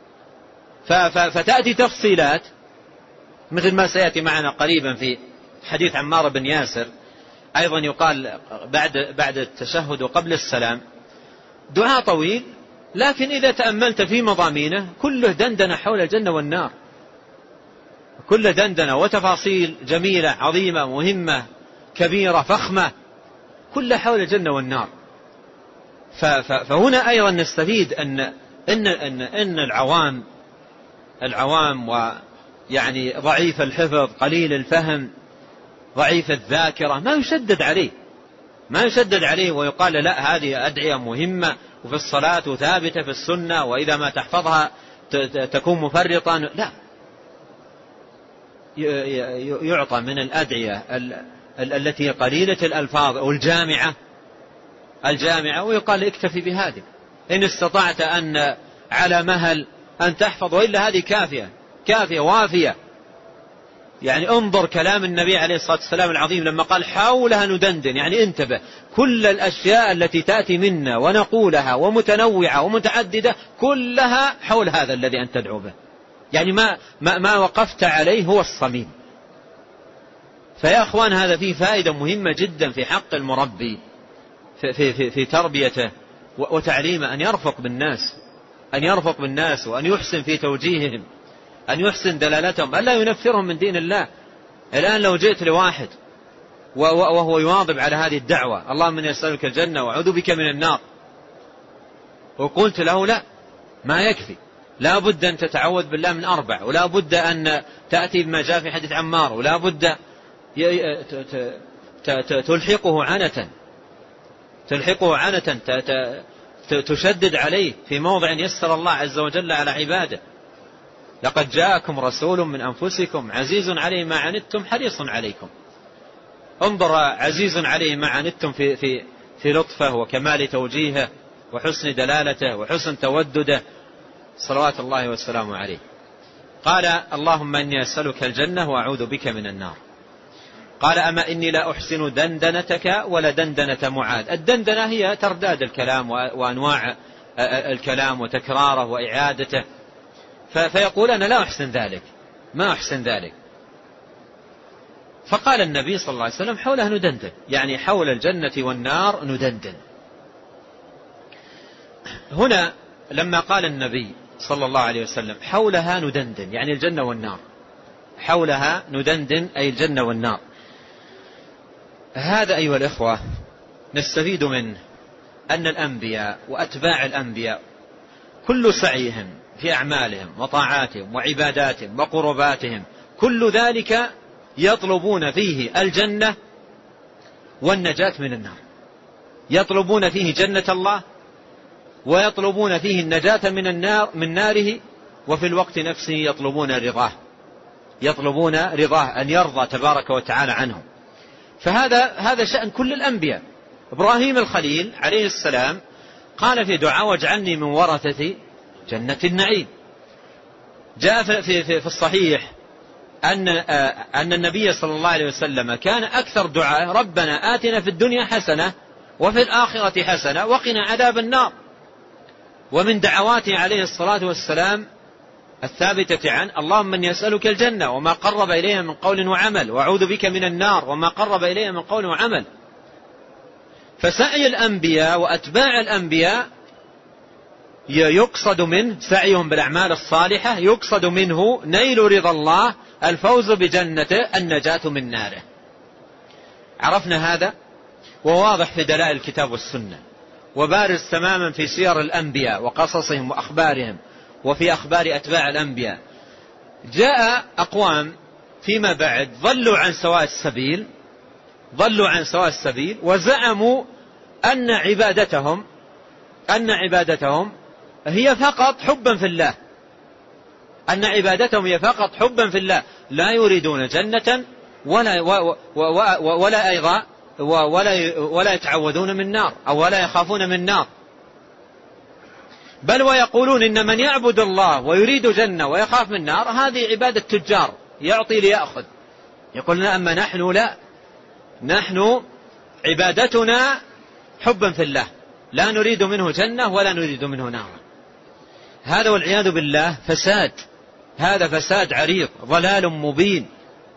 فتأتي تفصيلات مثل ما سيأتي معنا قريبا في حديث عمار بن ياسر، أيضا يقال بعد بعد التشهد وقبل السلام، دعاء طويل لكن إذا تأملت في مضامينه كله دندنة حول الجنة والنار، كله دندنة وتفاصيل جميلة عظيمة مهمة كبيرة فخمة، كله حول الجنة والنار. فهنا أيضا نستفيد أن إن إن إن العوام العوام ويعني ضعيف الحفظ قليل الفهم ضعيف الذاكرة ما يشدد عليه ما يشدد عليه ويقال لا هذه أدعية مهمة وفي الصلاة وثابتة في السنة وإذا ما تحفظها تكون مفرطا، لا، يعطى من الأدعية التي قليلة الألفاظ أو الجامعة الجامعة ويقال اكتفي بهذه إن استطعت أن على مهل أن تحفظ، وإلا هذه كافية كافية وافية. يعني انظر كلام النبي عليه الصلاة والسلام العظيم لما قال حولها ندندن، يعني انتبه كل الأشياء التي تأتي منا ونقولها ومتنوعة ومتعددة كلها حول هذا الذي أنت تدعو به، يعني ما, ما, ما وقفت عليه هو الصميم. فيا أخوان هذا فيه فائدة مهمة جدا في حق المربي في, في, في, في تربيته وتعليمه، أن يرفق بالناس أن يرفق بالناس وأن يحسن في توجيههم، أن يحسن دلالتهم، ألا ينفرهم من دين الله. الآن لو جئت لواحد وهو يواظب على هذه الدعوة اللهم إني أسألك الجنة وأعوذ بك من النار، وقلت له لا ما يكفي، لا بد أن تتعوذ بالله من أربع، ولا بد أن تأتي بما جاء في حديث عمار، ولا بد تلحقه عنة تلحقه عنة تشدد عليه في موضع يسر الله عز وجل على عباده. لقد جاءكم رسول من أنفسكم عزيز عليه ما عنتم حريص عليكم. انظر عزيز عليه ما عنتم في, في, في لطفه وكمال توجيهه وحسن دلالته وحسن تودده صلوات الله والسلام عليه. قال اللهم إني أسألك الجنة وأعوذ بك من النار. قال أما إني لا أحسن دندنتك ولا دندنة معاذ. الدندنة هي ترداد الكلام وأنواع الكلام وتكراره وإعادته، فيقول أنا لا أحسن ذلك ما أحسن ذلك. فقال النبي صلى الله عليه وسلم حولها ندندن، يعني حول الجنة والنار ندندن. هنا لما قال النبي صلى الله عليه وسلم حولها ندندن يعني الجنة والنار، حولها ندندن أي الجنة والنار، هذا أيها الإخوة نستفيد منه أن الأنبياء وأتباع الأنبياء كل سعيهم في أعمالهم وطاعاتهم وعباداتهم وقرباتهم كل ذلك يطلبون فيه الجنة والنجاة من النار، يطلبون فيه جنة الله ويطلبون فيه النجاة من النار من ناره، وفي الوقت نفسه يطلبون رضاه يطلبون رضاه أن يرضى تبارك وتعالى عنهم. فهذا هذا شأن كل الأنبياء. إبراهيم الخليل عليه السلام قال في دعاء واجعلني من ورثة جنة النعيم. جاء في, في, في الصحيح أن, أن النبي صلى الله عليه وسلم كان أكثر دعاء ربنا آتنا في الدنيا حسنة وفي الآخرة حسنة وقنا عذاب النار. ومن دعواته عليه الصلاة والسلام الثابتة عن اللهم من يسألك الجنة وما قرب إليها من قول وعمل وأعوذ بك من النار وما قرب إليها من قول وعمل. فسعي الأنبياء وأتباع الأنبياء يقصد منه سعيهم بالأعمال الصالحة، يقصد منه نيل رضا الله، الفوز بجنته، النجاة من ناره. عرفنا هذا وواضح في دلائل الكتاب والسنة، وبارز تماما في سير الأنبياء وقصصهم وأخبارهم وفي أخبار أتباع الأنبياء. جاء أقوام فيما بعد ضلوا عن سواء السبيل ضلوا عن سواء السبيل وزعموا أن عبادتهم أن عبادتهم هي فقط حبا في الله أن عبادتهم هي فقط حبا في الله، لا يريدون جنة ولا ولا أيضا ولا ولا يتعوذون من نار أو ولا يخافون من نار، بل ويقولون إن من يعبد الله ويريد جنة ويخاف من نار هذه عبادة تجار، يعطي ليأخذ. يقولون أما نحن لا، نحن عبادتنا حبا في الله، لا نريد منه جنة ولا نريد منه نار. هذا والعياذ بالله فساد، هذا فساد عريض، ضلال مبين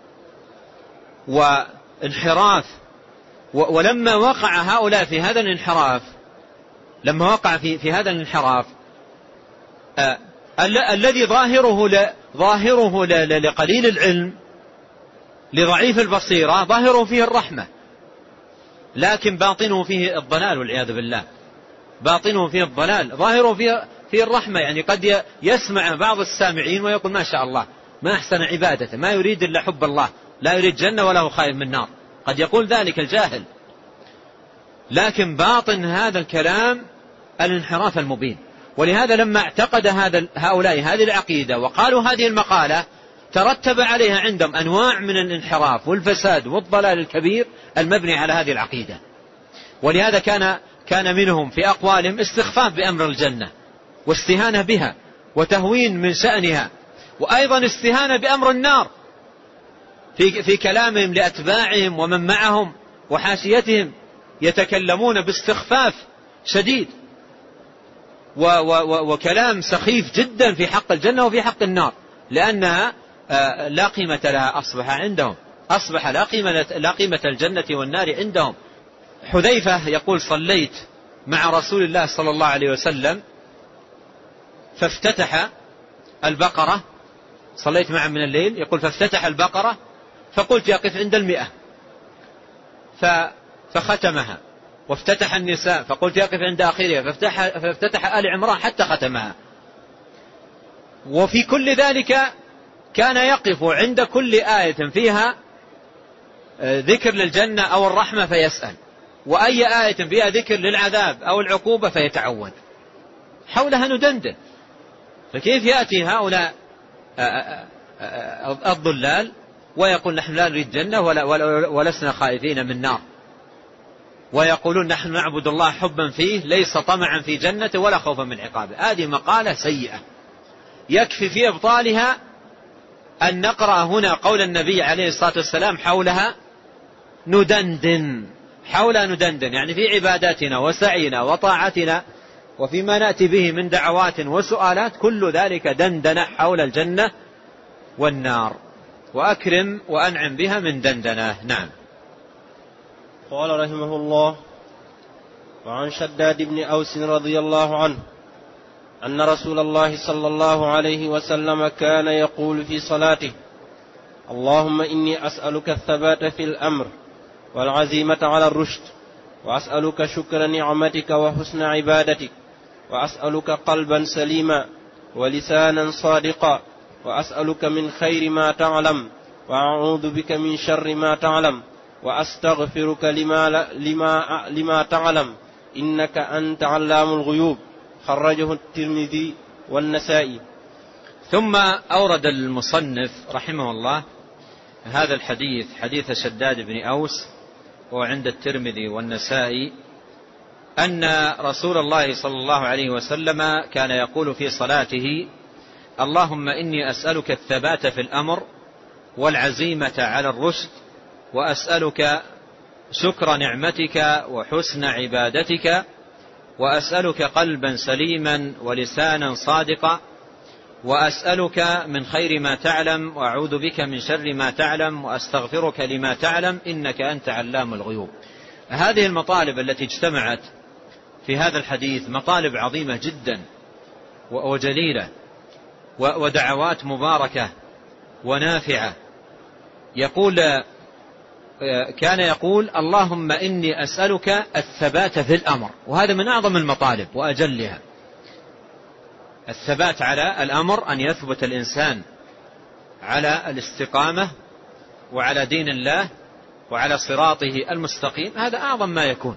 وانحراف. ولما وقع هؤلاء في هذا الانحراف لما وقع في في هذا الانحراف آه الذي ظاهره ل ظاهره ل لقليل العلم لضعيف البصيرة ظاهره فيه الرحمة، لكن باطنه فيه الضلال والعياذ بالله. باطنه فيه الضلال، ظاهره فيه فيه الرحمة. يعني قد يسمع بعض السامعين ويقول ما شاء الله ما أحسن عبادته، ما يريد إلا حب الله، لا يريد جنة ولا هو خائف من نار. قد يقول ذلك الجاهل، لكن باطن هذا الكلام الانحراف المبين. ولهذا لما اعتقد هذا هؤلاء هذه العقيدة وقالوا هذه المقالة ترتب عليها عندهم أنواع من الانحراف والفساد والضلال الكبير المبني على هذه العقيدة. ولهذا كان كان منهم في أقوالهم استخفاف بأمر الجنة واستهانة بها وتهوين من شأنها، وأيضا استهانة بأمر النار في في كلامهم لأتباعهم ومن معهم وحاشيتهم، يتكلمون باستخفاف شديد و و وكلام سخيف جدا في حق الجنة وفي حق النار، لأنها لا قيمة لها أصبح عندهم، أصبح لا قيمة لا قيمة الجنة والنار عندهم. حذيفة يقول صليت مع رسول الله صلى الله عليه وسلم فافتتح البقرة، صليت معه من الليل، يقول فافتتح البقرة فقلت يقف عند المئة فختمها، وافتتح النساء فقلت يقف عند آخرها فافتتح, فافتتح آل عمران حتى ختمها. وفي كل ذلك كان يقف عند كل آية فيها ذكر للجنة أو الرحمة فيسأل، وأي آية فيها ذكر للعذاب أو العقوبة فيتعود، حولها ندندن. فكيف يأتي هؤلاء الضلال ويقول نحن لا نريد جنة ولا ولسنا خائفين من نار، ويقولون نحن نعبد الله حبا فيه ليس طمعا في جنة ولا خوفا من عقابه. هذه مقالة سيئة يكفي في إبطالها أن نقرأ هنا قول النبي عليه الصلاة والسلام حولها ندندن، حولها ندندن، يعني في عباداتنا وسعينا وطاعتنا وفيما نأتي به من دعوات وسؤالات كل ذلك دندنة حول الجنة والنار، وأكرم وأنعم بها من دندنة. نعم. قال رحمه الله: وعن شداد بن أوس رضي الله عنه أن رسول الله صلى الله عليه وسلم كان يقول في صلاته: اللهم إني أسألك الثبات في الأمر والعزيمة على الرشد، وأسألك شكر نعمتك وحسن عبادتك، وأسألك قلبا سليما ولسانا صادقا، وأسألك من خير ما تعلم، وأعوذ بك من شر ما تعلم، وأستغفرك لما, لما, لما تعلم، إنك أنت علام الغيوب. خرجه الترمذي والنسائي. ثم أورد المصنف رحمه الله هذا الحديث، حديث شداد بن أوس وعند الترمذي والنسائي، أن رسول الله صلى الله عليه وسلم كان يقول في صلاته: اللهم إني أسألك الثبات في الأمر والعزيمة على الرشد، وأسألك شكر نعمتك وحسن عبادتك، وأسألك قلبا سليما ولسانا صادقا، وأسألك من خير ما تعلم، وأعوذ بك من شر ما تعلم، وأستغفرك لما تعلم، إنك أنت علام الغيوب. هذه المطالب التي اجتمعت في هذا الحديث مطالب عظيمة جدا وجليلة ودعوات مباركة ونافعة. يقول كان يقول اللهم إني أسألك الثبات في الأمر، وهذا من أعظم المطالب وأجلها، الثبات على الأمر، أن يثبت الإنسان على الاستقامة وعلى دين الله وعلى صراطه المستقيم، هذا أعظم ما يكون.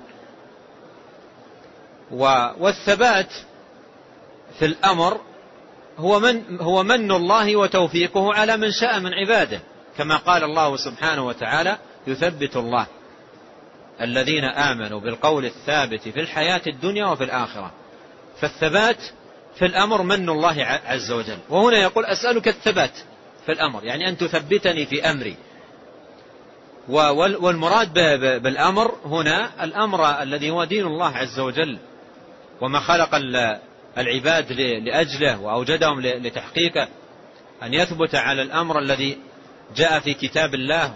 والثبات في الأمر هو من هو من الله وتوفيقه على من شاء من عباده، كما قال الله سبحانه وتعالى يثبت الله الذين آمنوا بالقول الثابت في الحياة الدنيا وفي الآخرة. فالثبات في الأمر من الله عز وجل. وهنا يقول أسألك الثبات في الأمر، يعني أن تثبتني في أمري. والمراد بالأمر هنا الأمر الذي هو دين الله عز وجل وما خلق العباد لأجله وأوجدهم لتحقيقه، أن يثبت على الأمر الذي جاء في كتاب الله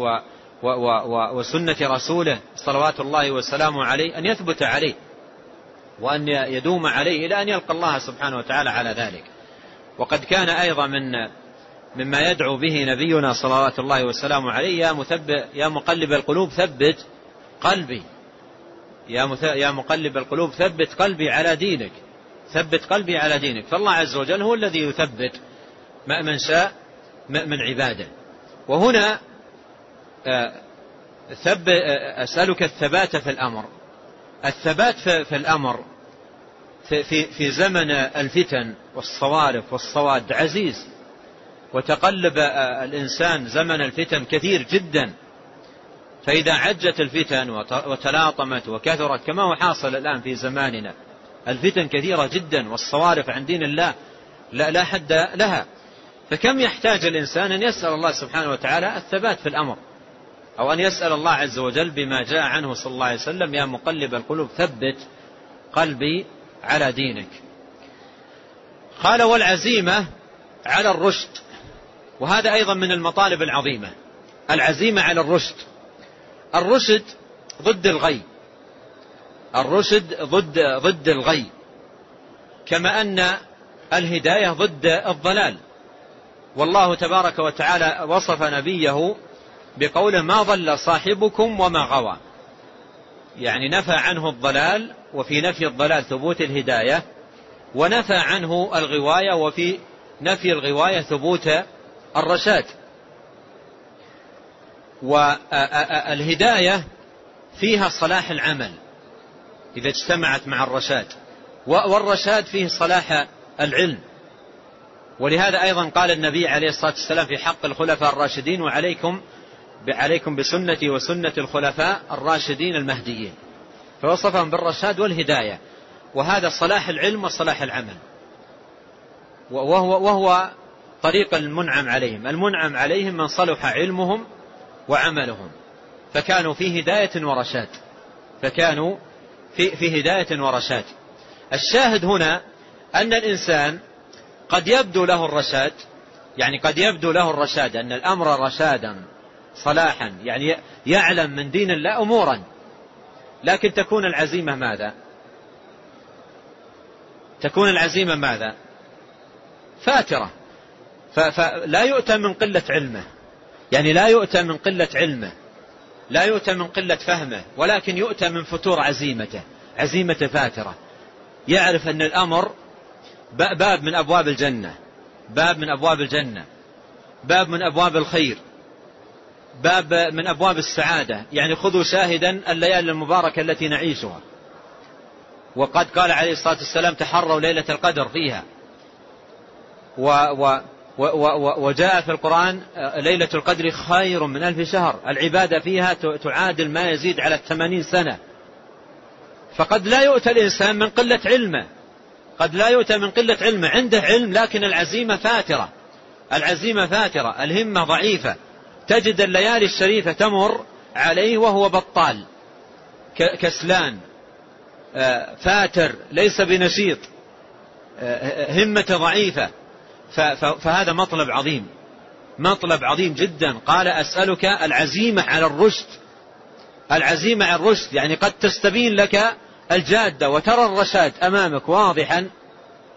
وسنة رسوله صلوات الله وسلامه عليه، أن يثبت عليه وأن يدوم عليه إلى أن يلقى الله سبحانه وتعالى على ذلك. وقد كان أيضا من مما يدعو به نبينا صلوات الله وسلامه عليه يا مثبت يا مقلب القلوب ثبت قلبي، يا مقلب القلوب ثبت قلبي على دينك، ثبت قلبي على دينك. فالله عز وجل هو الذي يثبت من شاء من عباده. وهنا أسألك الثبات في الأمر. الثبات في الأمر في في زمن الفتن والصوارف والصواد عزيز، وتقلب الإنسان زمن الفتن كثير جدا. فإذا عجت الفتن وتلاطمت وكثرت كما هو حاصل الآن في زماننا، الفتن كثيرة جدا والصوارف عن دين الله لا, لا حد لها. فكم يحتاج الإنسان أن يسأل الله سبحانه وتعالى الثبات في الأمر، أو أن يسأل الله عز وجل بما جاء عنه صلى الله عليه وسلم يا مقلب القلوب ثبت قلبي على دينك. قال والعزيمة على الرشد، وهذا أيضا من المطالب العظيمة، العزيمة على الرشد. الرشد ضد الغي، الرشد ضد ضد الغي، كما أن الهداية ضد الضلال. والله تبارك وتعالى وصف نبيه بقوله ما ضل صاحبكم وما غوى، يعني نفى عنه الضلال، وفي نفي الضلال ثبوت الهداية، ونفى عنه الغواية، وفي نفي الغواية ثبوت الرشاد. والهداية فيها صلاح العمل إذا اجتمعت مع الرشاد، والرشاد فيه صلاح العلم. ولهذا أيضا قال النبي عليه الصلاة والسلام في حق الخلفاء الراشدين وعليكم عليكم بسنتي وسنة الخلفاء الراشدين المهديين، فوصفهم بالرشاد والهداية، وهذا صلاح العلم وصلاح العمل، وهو, وهو طريق المنعم عليهم. المنعم عليهم من صلح علمهم وعملهم، فكانوا في هداية ورشاد، فكانوا في, في هداية ورشاد. الشاهد هنا أن الإنسان قد يبدو له الرشاد، يعني قد يبدو له الرشاد أن الأمر رشادا صلاحا، يعني يعلم من دين الله أمورا، لكن تكون العزيمة ماذا؟ تكون العزيمة ماذا؟ فاترة. فلا يؤتى من قلة علمه، يعني لا يؤتى من قلة علمه، لا يؤتى من قلة فهمه، ولكن يؤتى من فتور عزيمته، عزيمة فاترة. يعرف أن الأمر باب من أبواب الجنة، باب من أبواب الجنة، باب من أبواب الخير، باب من أبواب السعادة. يعني خذوا شاهدا الليالي المباركة التي نعيشها، وقد قال عليه الصلاة والسلام تحروا ليلة القدر فيها، و و و و وجاء في القرآن ليلة القدر خير من ألف شهر، العبادة فيها تعادل ما يزيد على الثمانين سنة. فقد لا يؤتى الإنسان من قلة علمه، قد لا يؤتى من قلة علمه، عنده علم لكن العزيمة فاترة، العزيمة فاترة، الهمة ضعيفة. تجد الليالي الشريفة تمر عليه وهو بطال كسلان فاتر، ليس بنشيط، همة ضعيفة. فهذا مطلب عظيم، مطلب عظيم جدا. قال أسألك العزيمة على الرشد، العزيمة على الرشد، يعني قد تستبين لك الجادة وترى الرشاد أمامك واضحا،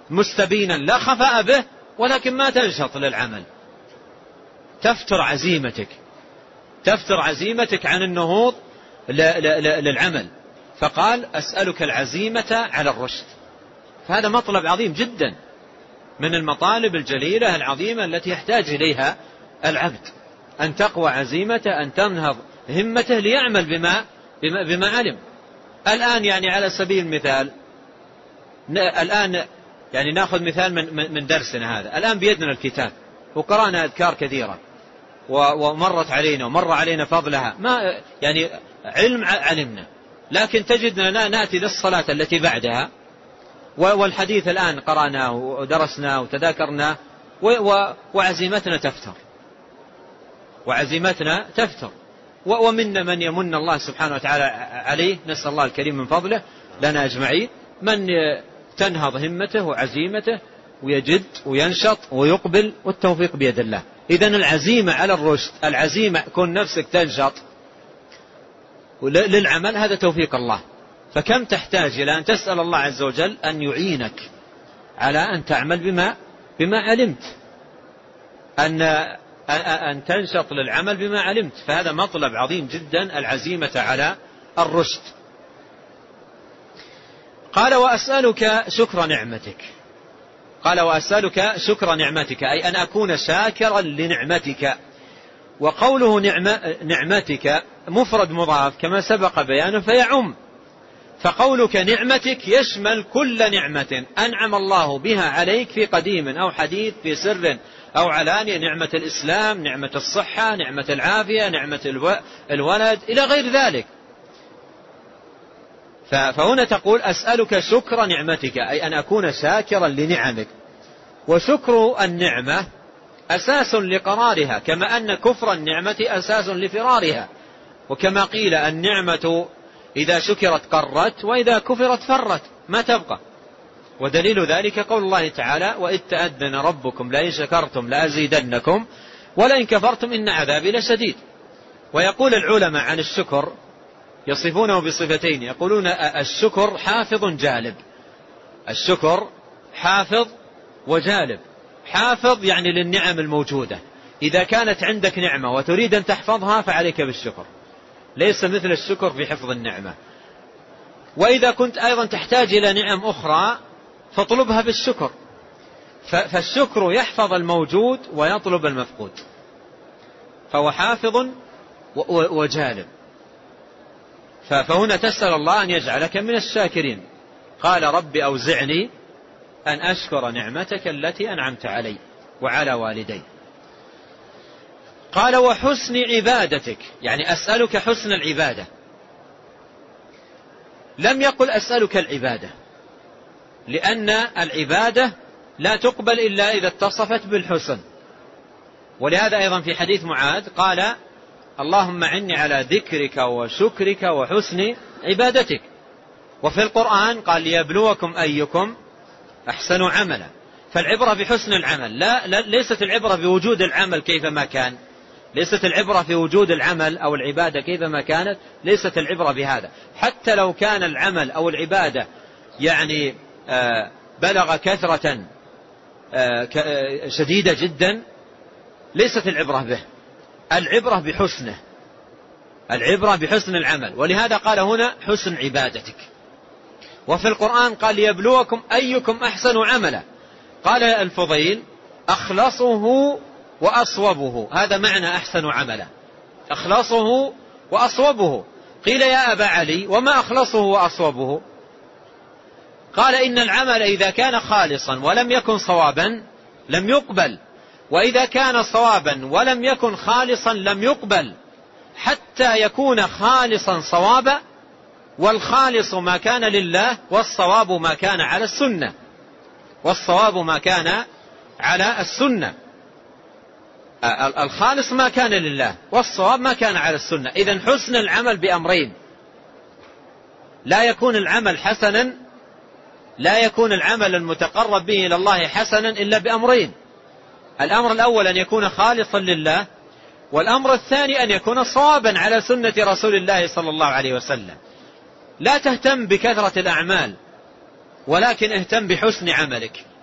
مستبينا لا خفاء به، ولكن ما تنشط للعمل، تفتر عزيمتك تفتر عزيمتك عن النهوض للعمل. فقال أسألك العزيمة على الرشد. فهذا مطلب عظيم جدا من المطالب الجليلة العظيمة التي يحتاج إليها العبد، أن تقوى عزيمته، أن تنهض همته ليعمل بما, بما, بما علم. الآن يعني على سبيل المثال، الآن يعني نأخذ مثال من, من درسنا هذا. الآن بيدنا الكتاب وقرأنا أذكار كثيرة ومرت علينا ومر علينا فضلها، ما يعني علم علمنا، لكن تجدنا نأتي للصلاة التي بعدها والحديث الآن قرأناه ودرسناه وتذاكرناه وعزيمتنا تفتر وعزيمتنا تفتر ومنا من يمن الله سبحانه وتعالى عليه، نسأل الله الكريم من فضله لنا أجمعين، من تنهض همته وعزيمته ويجد وينشط ويقبل، والتوفيق بيد الله. إذن العزيمة على الرشد، العزيمة كون نفسك تنشط للعمل، هذا توفيق الله. فكم تحتاج إلى أن تسأل الله عز وجل أن يعينك على أن تعمل بما, بما علمت، أن, أن تنشط للعمل بما علمت. فهذا مطلب عظيم جدا، العزيمة على الرشد. قال وأسألك شكر نعمتك. قال وأسألك شكر نعمتك، أي أن أكون شاكرا لنعمتك. وقوله نعمة نعمتك مفرد مضاف كما سبق بيانه فيعم، فقولك نعمتك يشمل كل نعمة أنعم الله بها عليك في قديم أو حديث، في سر أو علانية، نعمة الإسلام، نعمة الصحة، نعمة العافية، نعمة الولد إلى غير ذلك. فهنا تقول أسألك شكر نعمتك، أي أن أكون شاكرا لنعمك. وشكر النعمة أساس لقرارها، كما أن كفر النعمة أساس لفرارها. وكما قيل النعمة إذا شكرت قرت، وإذا كفرت فرت ما تبقى. ودليل ذلك قول الله تعالى وإذ تأذن ربكم لئن شكرتم لأزيدنكم ولئن كفرتم إن عذابي لشديد. ويقول العلماء عن الشكر يصفونه بصفتين، يقولون الشكر حافظ جالب. الشكر حافظ وجالب. حافظ يعني للنعم الموجودة، إذا كانت عندك نعمة وتريد أن تحفظها فعليك بالشكر، ليس مثل الشكر في حفظ النعمة. وإذا كنت أيضا تحتاج إلى نعم أخرى فاطلبها بالشكر. فالشكر يحفظ الموجود ويطلب المفقود، فهو حافظ وجالب. فهنا تسأل الله أن يجعلك من الشاكرين. قال رب أوزعني أن أشكر نعمتك التي أنعمت علي وعلى والدي. قال وحسن عبادتك، يعني أسألك حسن العبادة. لم يقل أسألك العبادة، لأن العبادة لا تقبل إلا إذا اتصفت بالحسن. ولهذا أيضا في حديث معاذ قال اللهم عني على ذكرك وشكرك وحسن عبادتك. وفي القرآن قال ليبلوكم أيكم أحسن عملا. فالعبرة بحسن العمل، لا, لا ليست العبرة بوجود العمل كيفما كان، ليست العبرة في وجود العمل أو العبادة كيفما كانت، ليست العبرة بهذا. حتى لو كان العمل أو العبادة يعني بلغ كثرة شديدة جدا، ليست العبرة به، العبرة بحسنه، العبرة بحسن العمل. ولهذا قال هنا حسن عبادتك. وفي القرآن قال ليبلوكم أيكم أحسن عملا. قال الفضيل أخلصه وأصوبه، هذا معنى أحسن عملا، أخلصه وأصوبه. قيل يا أبا علي وما أخلصه وأصوبه؟ قال إن العمل إذا كان خالصا ولم يكن صوابا لم يقبل، وإذا كان صوابا ولم يكن خالصا لم يقبل، حتى يكون خالصا صوابا. والخالص ما كان لله، والصواب ما كان على السنة، والصواب ما كان على السنة. الخالص ما كان لله، والصواب ما كان على السنة. إذن حسن العمل بأمرين، لا يكون العمل حسنا، لا يكون العمل المتقرب به إلى الله حسنا إلا بأمرين. الأمر الأول أن يكون خالصا لله، والأمر الثاني أن يكون صوابا على سنة رسول الله صلى الله عليه وسلم. لا تهتم بكثرة الأعمال، ولكن اهتم بحسن عملك،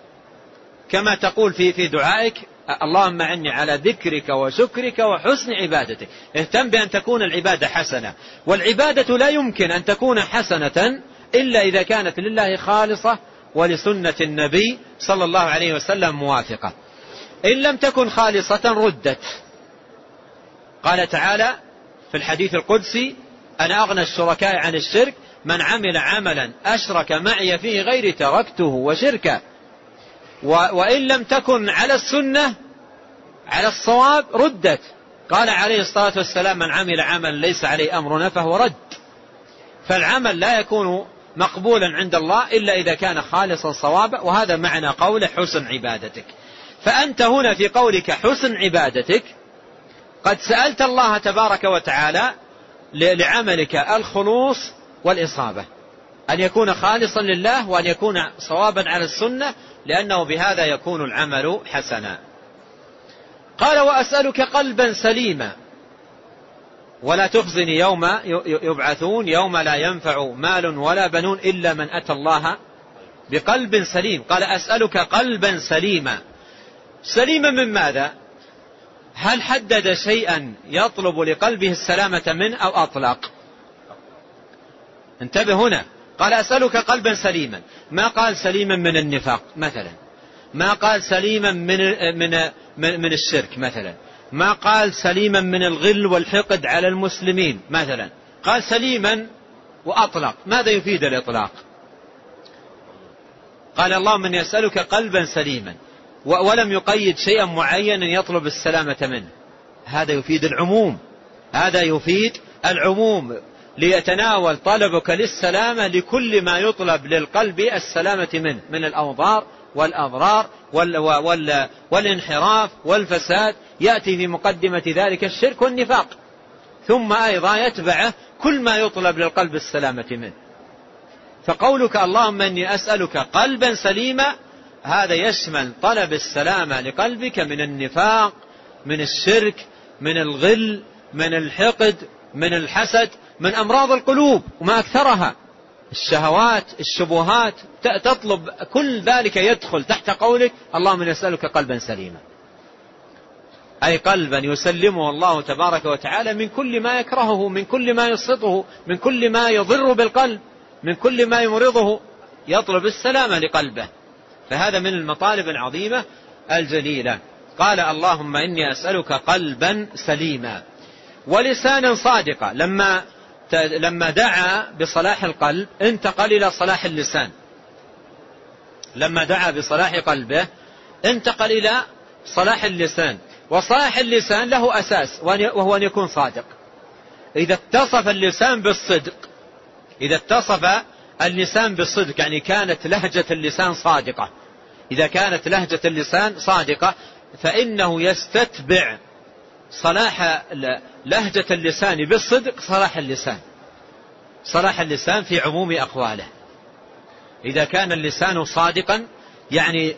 كما تقول في في دعائك اللهم أعني على ذكرك وشكرك وحسن عبادتك. اهتم بأن تكون العبادة حسنة، والعبادة لا يمكن أن تكون حسنة إلا إذا كانت لله خالصة ولسنة النبي صلى الله عليه وسلم موافقة. إن لم تكن خالصة ردت. قال تعالى في الحديث القدسي أنا أغنى الشركاء عن الشرك من عمل عملا أشرك معي فيه غيري تركته وشركه. وإن لم تكن على السنة على الصواب ردت. قال عليه الصلاة والسلام من عمل عملا ليس عليه أمرنا فهو رد. فالعمل لا يكون مقبولا عند الله إلا إذا كان خالصا صوابا، وهذا معنى قول حسن عبادتك. فأنت هنا في قولك حسن عبادتك قد سألت الله تبارك وتعالى لعملك الخلوص والإصابة، أن يكون خالصا لله وأن يكون صوابا على السنة، لأنه بهذا يكون العمل حسنا. قال وأسألك قلبا سليما ولا تخزني يوم يبعثون يوم لا ينفع مال ولا بنون إلا من أتى الله بقلب سليم. قال أسألك قلبا سليما. سليما من ماذا؟ هل حدد شيئا يطلب لقلبه السلامة منه أو أطلق؟ انتبه هنا، قال أسألك قلبا سليما، ما قال سليما من النفاق مثلا، ما قال سليما من من من, من الشرك مثلا، ما قال سليما من الغل والحقد على المسلمين مثلا، قال سليما وأطلق. ماذا يفيد الإطلاق؟ قال اللهم إني أسألك قلبا سليما ولم يقيد شيئا معينا يطلب السلامة منه. هذا يفيد العموم، هذا يفيد العموم ليتناول طلبك للسلامة لكل ما يطلب للقلب السلامة منه من الأوضار والأضرار وال وال والانحراف والفساد. يأتي في مقدمة ذلك الشرك والنفاق، ثم أيضا يتبعه كل ما يطلب للقلب السلامة منه. فقولك اللهم إني أسألك قلبا سليما هذا يشمل طلب السلامة لقلبك من النفاق، من الشرك، من الغل، من الحقد، من الحسد، من أمراض القلوب وما أكثرها، الشهوات، الشبهات، تطلب كل ذلك يدخل تحت قولك اللهم نسألك قلبا سليما، أي قلبا يسلمه الله تبارك وتعالى من كل ما يكرهه، من كل ما يسخطه، من كل ما يضر بالقلب، من كل ما يمرضه، يطلب السلامة لقلبه. فهذا من المطالب العظيمة الجليلة. قال اللهم إني أسألك قلبا سليما ولسانا صادقا. لما لما دعا بصلاح القلب انتقل إلى صلاح اللسان. لما دعا بصلاح قلبه انتقل إلى صلاح اللسان. وصلاح اللسان له أساس وهو أن يكون صادق. إذا اتصف اللسان بالصدق، إذا اتصف اللسان بالصدق يعني كانت لهجة اللسان صادقة، إذا كانت لهجة اللسان صادقة فإنه يستتبع صلاح لهجة اللسان بالصدق صلاح اللسان، صلاح اللسان في عموم أقواله. إذا كان اللسان صادقا يعني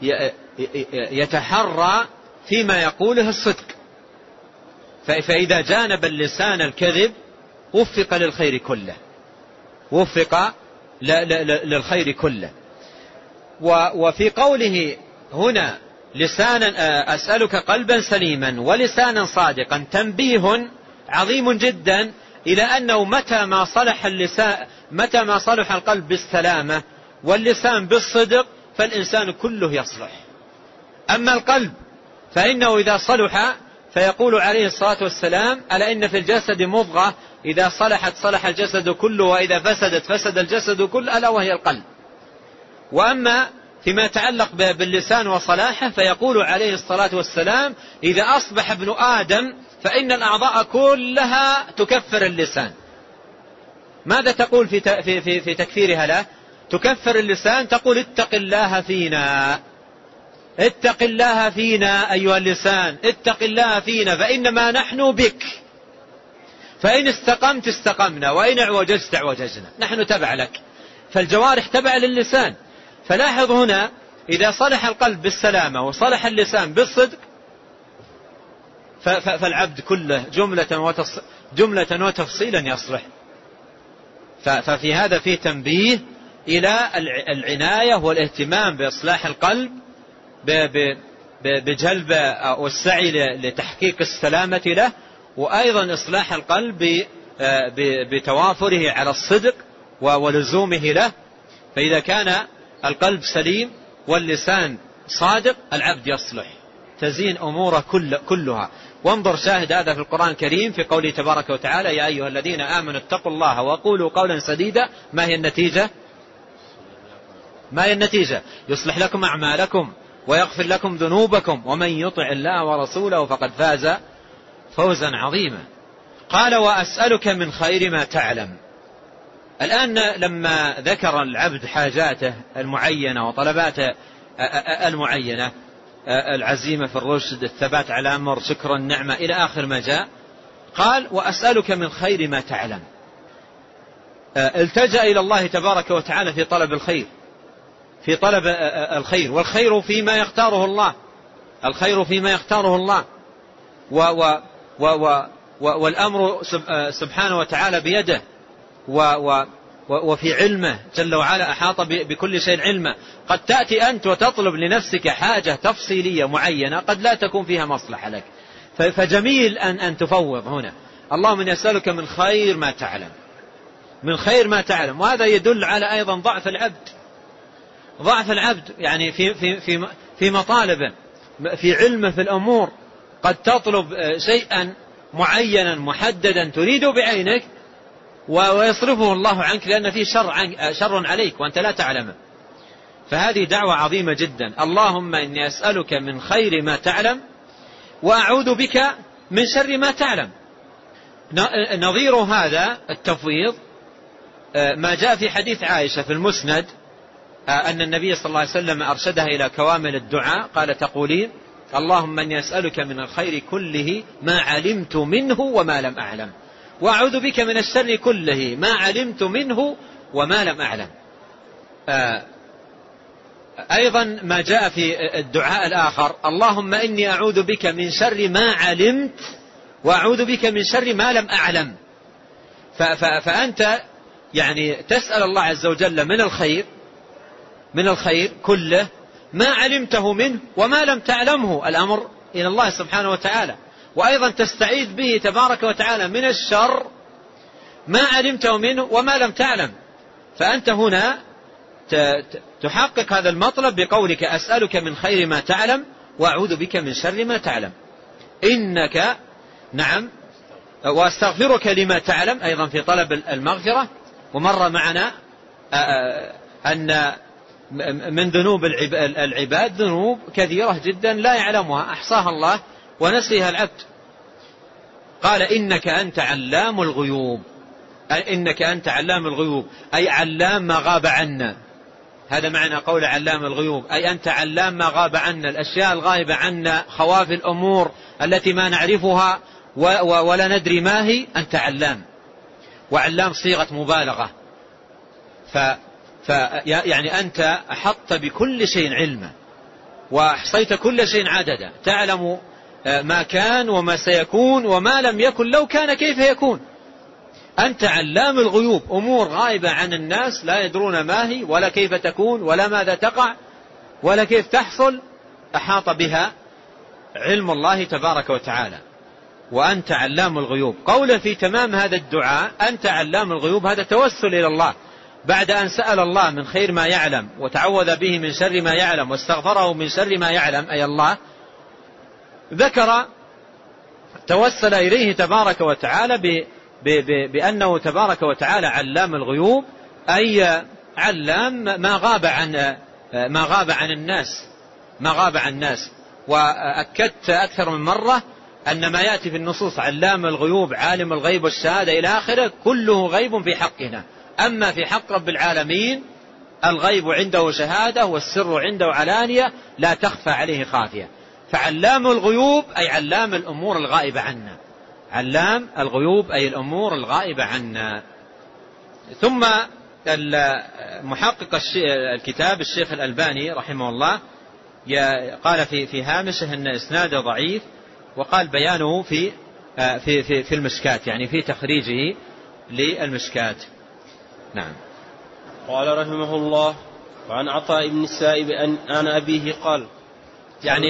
يتحرى فيما يقوله الصدق، فإذا جانب اللسان الكذب وفق للخير كله، وفق للخير كله. وفي قوله هنا لسانا أسألك قلبا سليما ولسانا صادقا تنبيه عظيم جدا إلى أنه متى ما صلح اللسان، متى ما صلح القلب بالسلامة واللسان بالصدق فالإنسان كله يصلح. أما القلب فإنه إذا صلح فيقول عليه الصلاة والسلام ألا إن في الجسد مضغة إذا صلحت صلح الجسد كله وإذا فسدت فسد الجسد كله ألا وهي القلب. وأما فيما يتعلق باللسان وصلاحه فيقول عليه الصلاة والسلام إذا أصبح ابن آدم فإن الأعضاء كلها تكفر اللسان. ماذا تقول في في في تكفيرها له؟ تكفر اللسان، تقول اتق الله فينا، اتق الله فينا أيها اللسان، اتق الله فينا فإنما نحن بك، فإن استقمت استقمنا وإن اعوججت اعوججنا، نحن تبع لك. فالجوارح تبع للسان. فلاحظ هنا إذا صلح القلب بالسلامة وصلح اللسان بالصدق فالعبد كله جملة جملة وتفصيلا يصلح. ففي هذا فيه تنبيه إلى العناية والاهتمام بإصلاح القلب بجلب والسعي لتحقيق السلامة له، وأيضا إصلاح القلب بتوافره على الصدق ولزومه له. فإذا كان القلب سليم واللسان صادق العبد يصلح، تزين أموره كل كلها. وانظر شاهد هذا في القرآن الكريم في قوله تبارك وتعالى: يا أيها الذين آمنوا اتقوا الله وقولوا قولا سديدا. ما هي النتيجة؟ ما هي النتيجة؟ يصلح لكم أعمالكم ويغفر لكم ذنوبكم ومن يطع الله ورسوله فقد فاز فوزا عظيما. قال: وأسألك من خير ما تعلم. الآن لما ذكر العبد حاجاته المعينة وطلباته المعينة، العزيمة في الرشد، الثبات على أمر، شكر النعمة، إلى آخر ما جاء، قال: وأسألك من خير ما تعلم. التجأ إلى الله تبارك وتعالى في طلب الخير، في طلب الخير، والخير فيما يختاره الله، الخير فيما يختاره الله، و و و و والأمر سبحانه وتعالى بيده، و و وفي علمه جل وعلا أحاط بكل شيء علمه. قد تأتي أنت وتطلب لنفسك حاجة تفصيلية معينة قد لا تكون فيها مصلحة لك، فجميل أن أن تفوض هنا. اللهم إني أسألك من خير ما تعلم، من خير ما تعلم. وهذا يدل على أيضا ضعف العبد، ضعف العبد يعني في في في في مطالبه، في علمه في الأمور. قد تطلب شيئا معينا محددا تريده بعينك ويصرفه الله عنك لأن فيه شر, عن شر عليك وأنت لا تعلمه. فهذه دعوة عظيمة جدا. اللهم إني أسألك من خير ما تعلم وأعوذ بك من شر ما تعلم. نظير هذا التفويض ما جاء في حديث عائشة في المسند أن النبي صلى الله عليه وسلم أرشدها إلى كوامل الدعاء. قال: تقولين: اللهم إني أسألك من الخير كله ما علمت منه وما لم أعلم، وأعوذ بك من الشر كله ما علمت منه وما لم أعلم. أيضا ما جاء في الدعاء الآخر: اللهم إني أعوذ بك من شر ما علمت وأعوذ بك من شر ما لم أعلم. فأنت يعني تسأل الله عز وجل من الخير، من الخير كله ما علمته منه وما لم تعلمه، الأمر إلى الله سبحانه وتعالى. وأيضا تستعيذ به تبارك وتعالى من الشر ما علمته منه وما لم تعلم. فأنت هنا تحقق هذا المطلب بقولك: أسألك من خير ما تعلم وأعوذ بك من شر ما تعلم. إنك نعم وأستغفرك لما تعلم، أيضا في طلب المغفرة. ومر معنا أن من ذنوب العباد ذنوب كثيرة جدا لا يعلمها، أحصاها الله ونسيها العبد. قال: إنك أنت علام الغيوب، أي إنك أنت علام الغيوب، أي علام ما غاب عنا. هذا معنى قول علام الغيوب، أي أنت علام ما غاب عنا، الأشياء الغائبة عنا، خواف الأمور التي ما نعرفها ولا ندري ما هي، أنت علام. وعلام صيغة مبالغة، ف يعني أنت أحطت بكل شيء علما وأحصيت كل شيء عددا، تعلم ما كان وما سيكون وما لم يكن لو كان كيف يكون. أنت علام الغيوب، أمور غائبة عن الناس لا يدرون ما هي ولا كيف تكون ولا ماذا تقع ولا كيف تحصل، أحاط بها علم الله تبارك وتعالى. وأنت علام الغيوب. قوله في تمام هذا الدعاء أنت علام الغيوب، هذا توسل إلى الله بعد أن سأل الله من خير ما يعلم وتعوذ به من شر ما يعلم واستغفره من شر ما يعلم، أي الله ذكر توسل إليه تبارك وتعالى ب بأنه تبارك وتعالى علام الغيوب، أي علام ما غاب عن ما غاب عن الناس، ما غاب عن الناس. وأكدت أكثر من مرة أن ما يأتي في النصوص علام الغيوب، عالم الغيب والشهادة إلى آخره، كله غيب في حقنا. أما في حق رب العالمين الغيب عنده شهادة والسر عنده علانية لا تخفى عليه خافية. فعلام الغيوب أي علام الأمور الغائبة عنا، علام الغيوب أي الأمور الغائبة عنا. ثم محقق الكتاب الشيخ الألباني رحمه الله قال في في هامشه أن إسناده ضعيف، وقال بيانه في في في, في المشكات، يعني في تخريجه للمشكات. نعم. قال رحمه الله: وعن عطاء بن السائب عن أبيه قال: يعني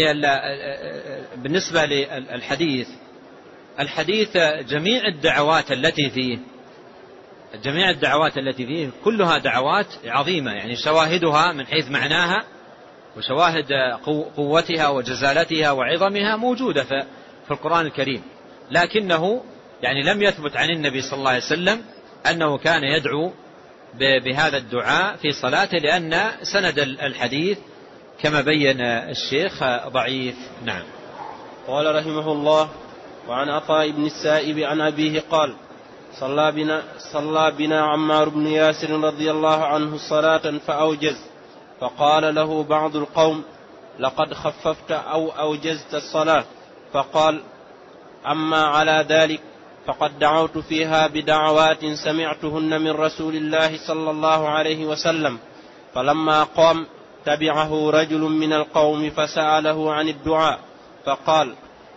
بالنسبة للحديث، الحديث جميع الدعوات التي فيه جميع الدعوات التي فيه كلها دعوات عظيمة، يعني شواهدها من حيث معناها وشواهد قوتها وجزالتها وعظمها موجودة في القرآن الكريم، لكنه يعني لم يثبت عن النبي صلى الله عليه وسلم أنه كان يدعو بهذا الدعاء في صلاته، لأن سند الحديث كما بين الشيخ ضعيف. نعم. قال رحمه الله: وعن عطاء بن السائب عن أبيه قال: صلى بنا, صلى بنا عمار بن ياسر رضي الله عنه صلاة فأوجز، فقال له بعض القوم: لقد خففت أو أوجزت الصلاة، فقال: أما على ذلك فقد دعوت فيها بدعوات سمعتهن من رسول الله صلى الله عليه وسلم. فلما قام تبعه رجل من القوم فسأله عن الدعاء، فقال: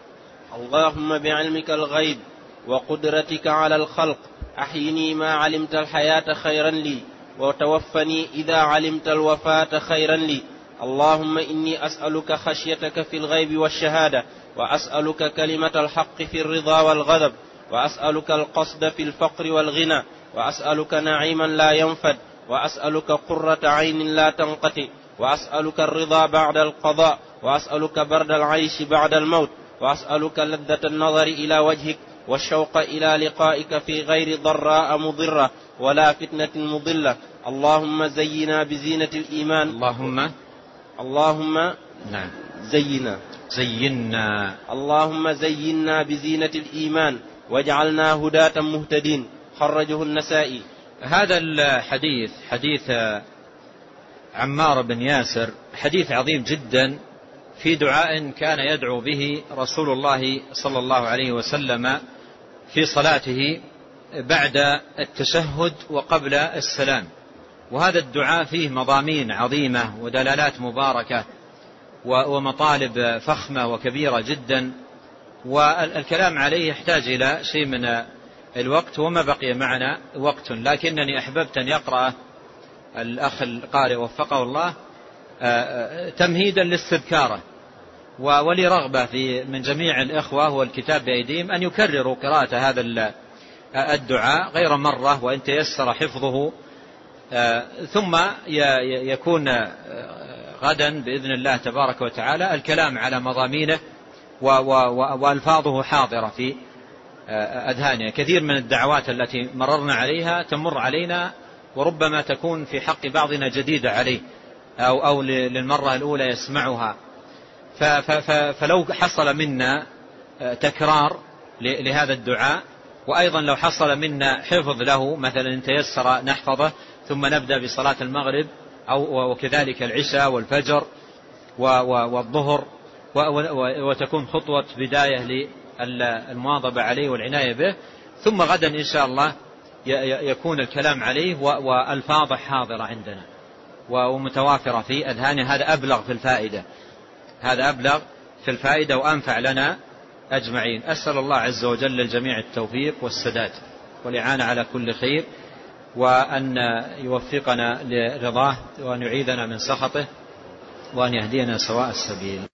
اللهم بعلمك الغيب وقدرتك على الخلق أحيني ما علمت الحياة خيرا لي، وتوفني إذا علمت الوفاة خيرا لي. اللهم إني أسألك خشيتك في الغيب والشهادة، وأسألك كلمة الحق في الرضا والغضب، وأسألك القصد في الفقر والغنى، وأسألك نعيما لا ينفد، وأسألك قرة عين لا تنقطع، وأسألك الرضا بعد القضاء، وأسألك برد العيش بعد الموت، وأسألك لذة النظر إلى وجهك والشوق إلى لقائك في غير ضراء مضرة ولا فتنة مضلة. اللهم زينا بزينة الإيمان. اللهم اللهم نعم زينا زينا اللهم زينا بزينة الإيمان واجعلنا هداة مهتدين. خرجه النسائي. هذا الحديث حديث عمار بن ياسر حديث عظيم جدا في دعاء كان يدعو به رسول الله صلى الله عليه وسلم في صلاته بعد التشهد وقبل السلام. وهذا الدعاء فيه مضامين عظيمة ودلالات مباركة ومطالب فخمة وكبيرة جدا، والكلام عليه يحتاج إلى شيء من الوقت، وما بقي معنا وقت، لكنني أحببت أن يقرأ الأخ القارئ وفقه الله تمهيدا لاستذكاره، ولرغبة في من جميع الإخوة والكتاب بأيديهم أن يكرروا قراءة هذا الدعاء غير مرة وإن تيسر حفظه، ثم يكون غدا بإذن الله تبارك وتعالى الكلام على مضامينه وألفاظه حاضرة في أذهاننا. كثير من الدعوات التي مررنا عليها تمر علينا وربما تكون في حق بعضنا جديدة عليه أو, أو للمرة الأولى يسمعها، فلو حصل منا تكرار لهذا الدعاء، وأيضا لو حصل منا حفظ له، مثلا إن تيسر نحفظه ثم نبدأ بصلاة المغرب أو وكذلك العشاء والفجر والظهر، وتكون خطوة بداية للمواظبة عليه والعناية به، ثم غدا إن شاء الله يكون الكلام عليه وألفاظه حاضرة عندنا ومتوافرة في أذهاننا. هذا أبلغ في الفائدة هذا أبلغ في الفائدة وأنفع لنا أجمعين. أسأل الله عز وجل للجميع التوفيق والسداد والإعانة على كل خير، وأن يوفقنا لرضاه وأن يعيذنا من سخطه وأن يهدينا سواء السبيل.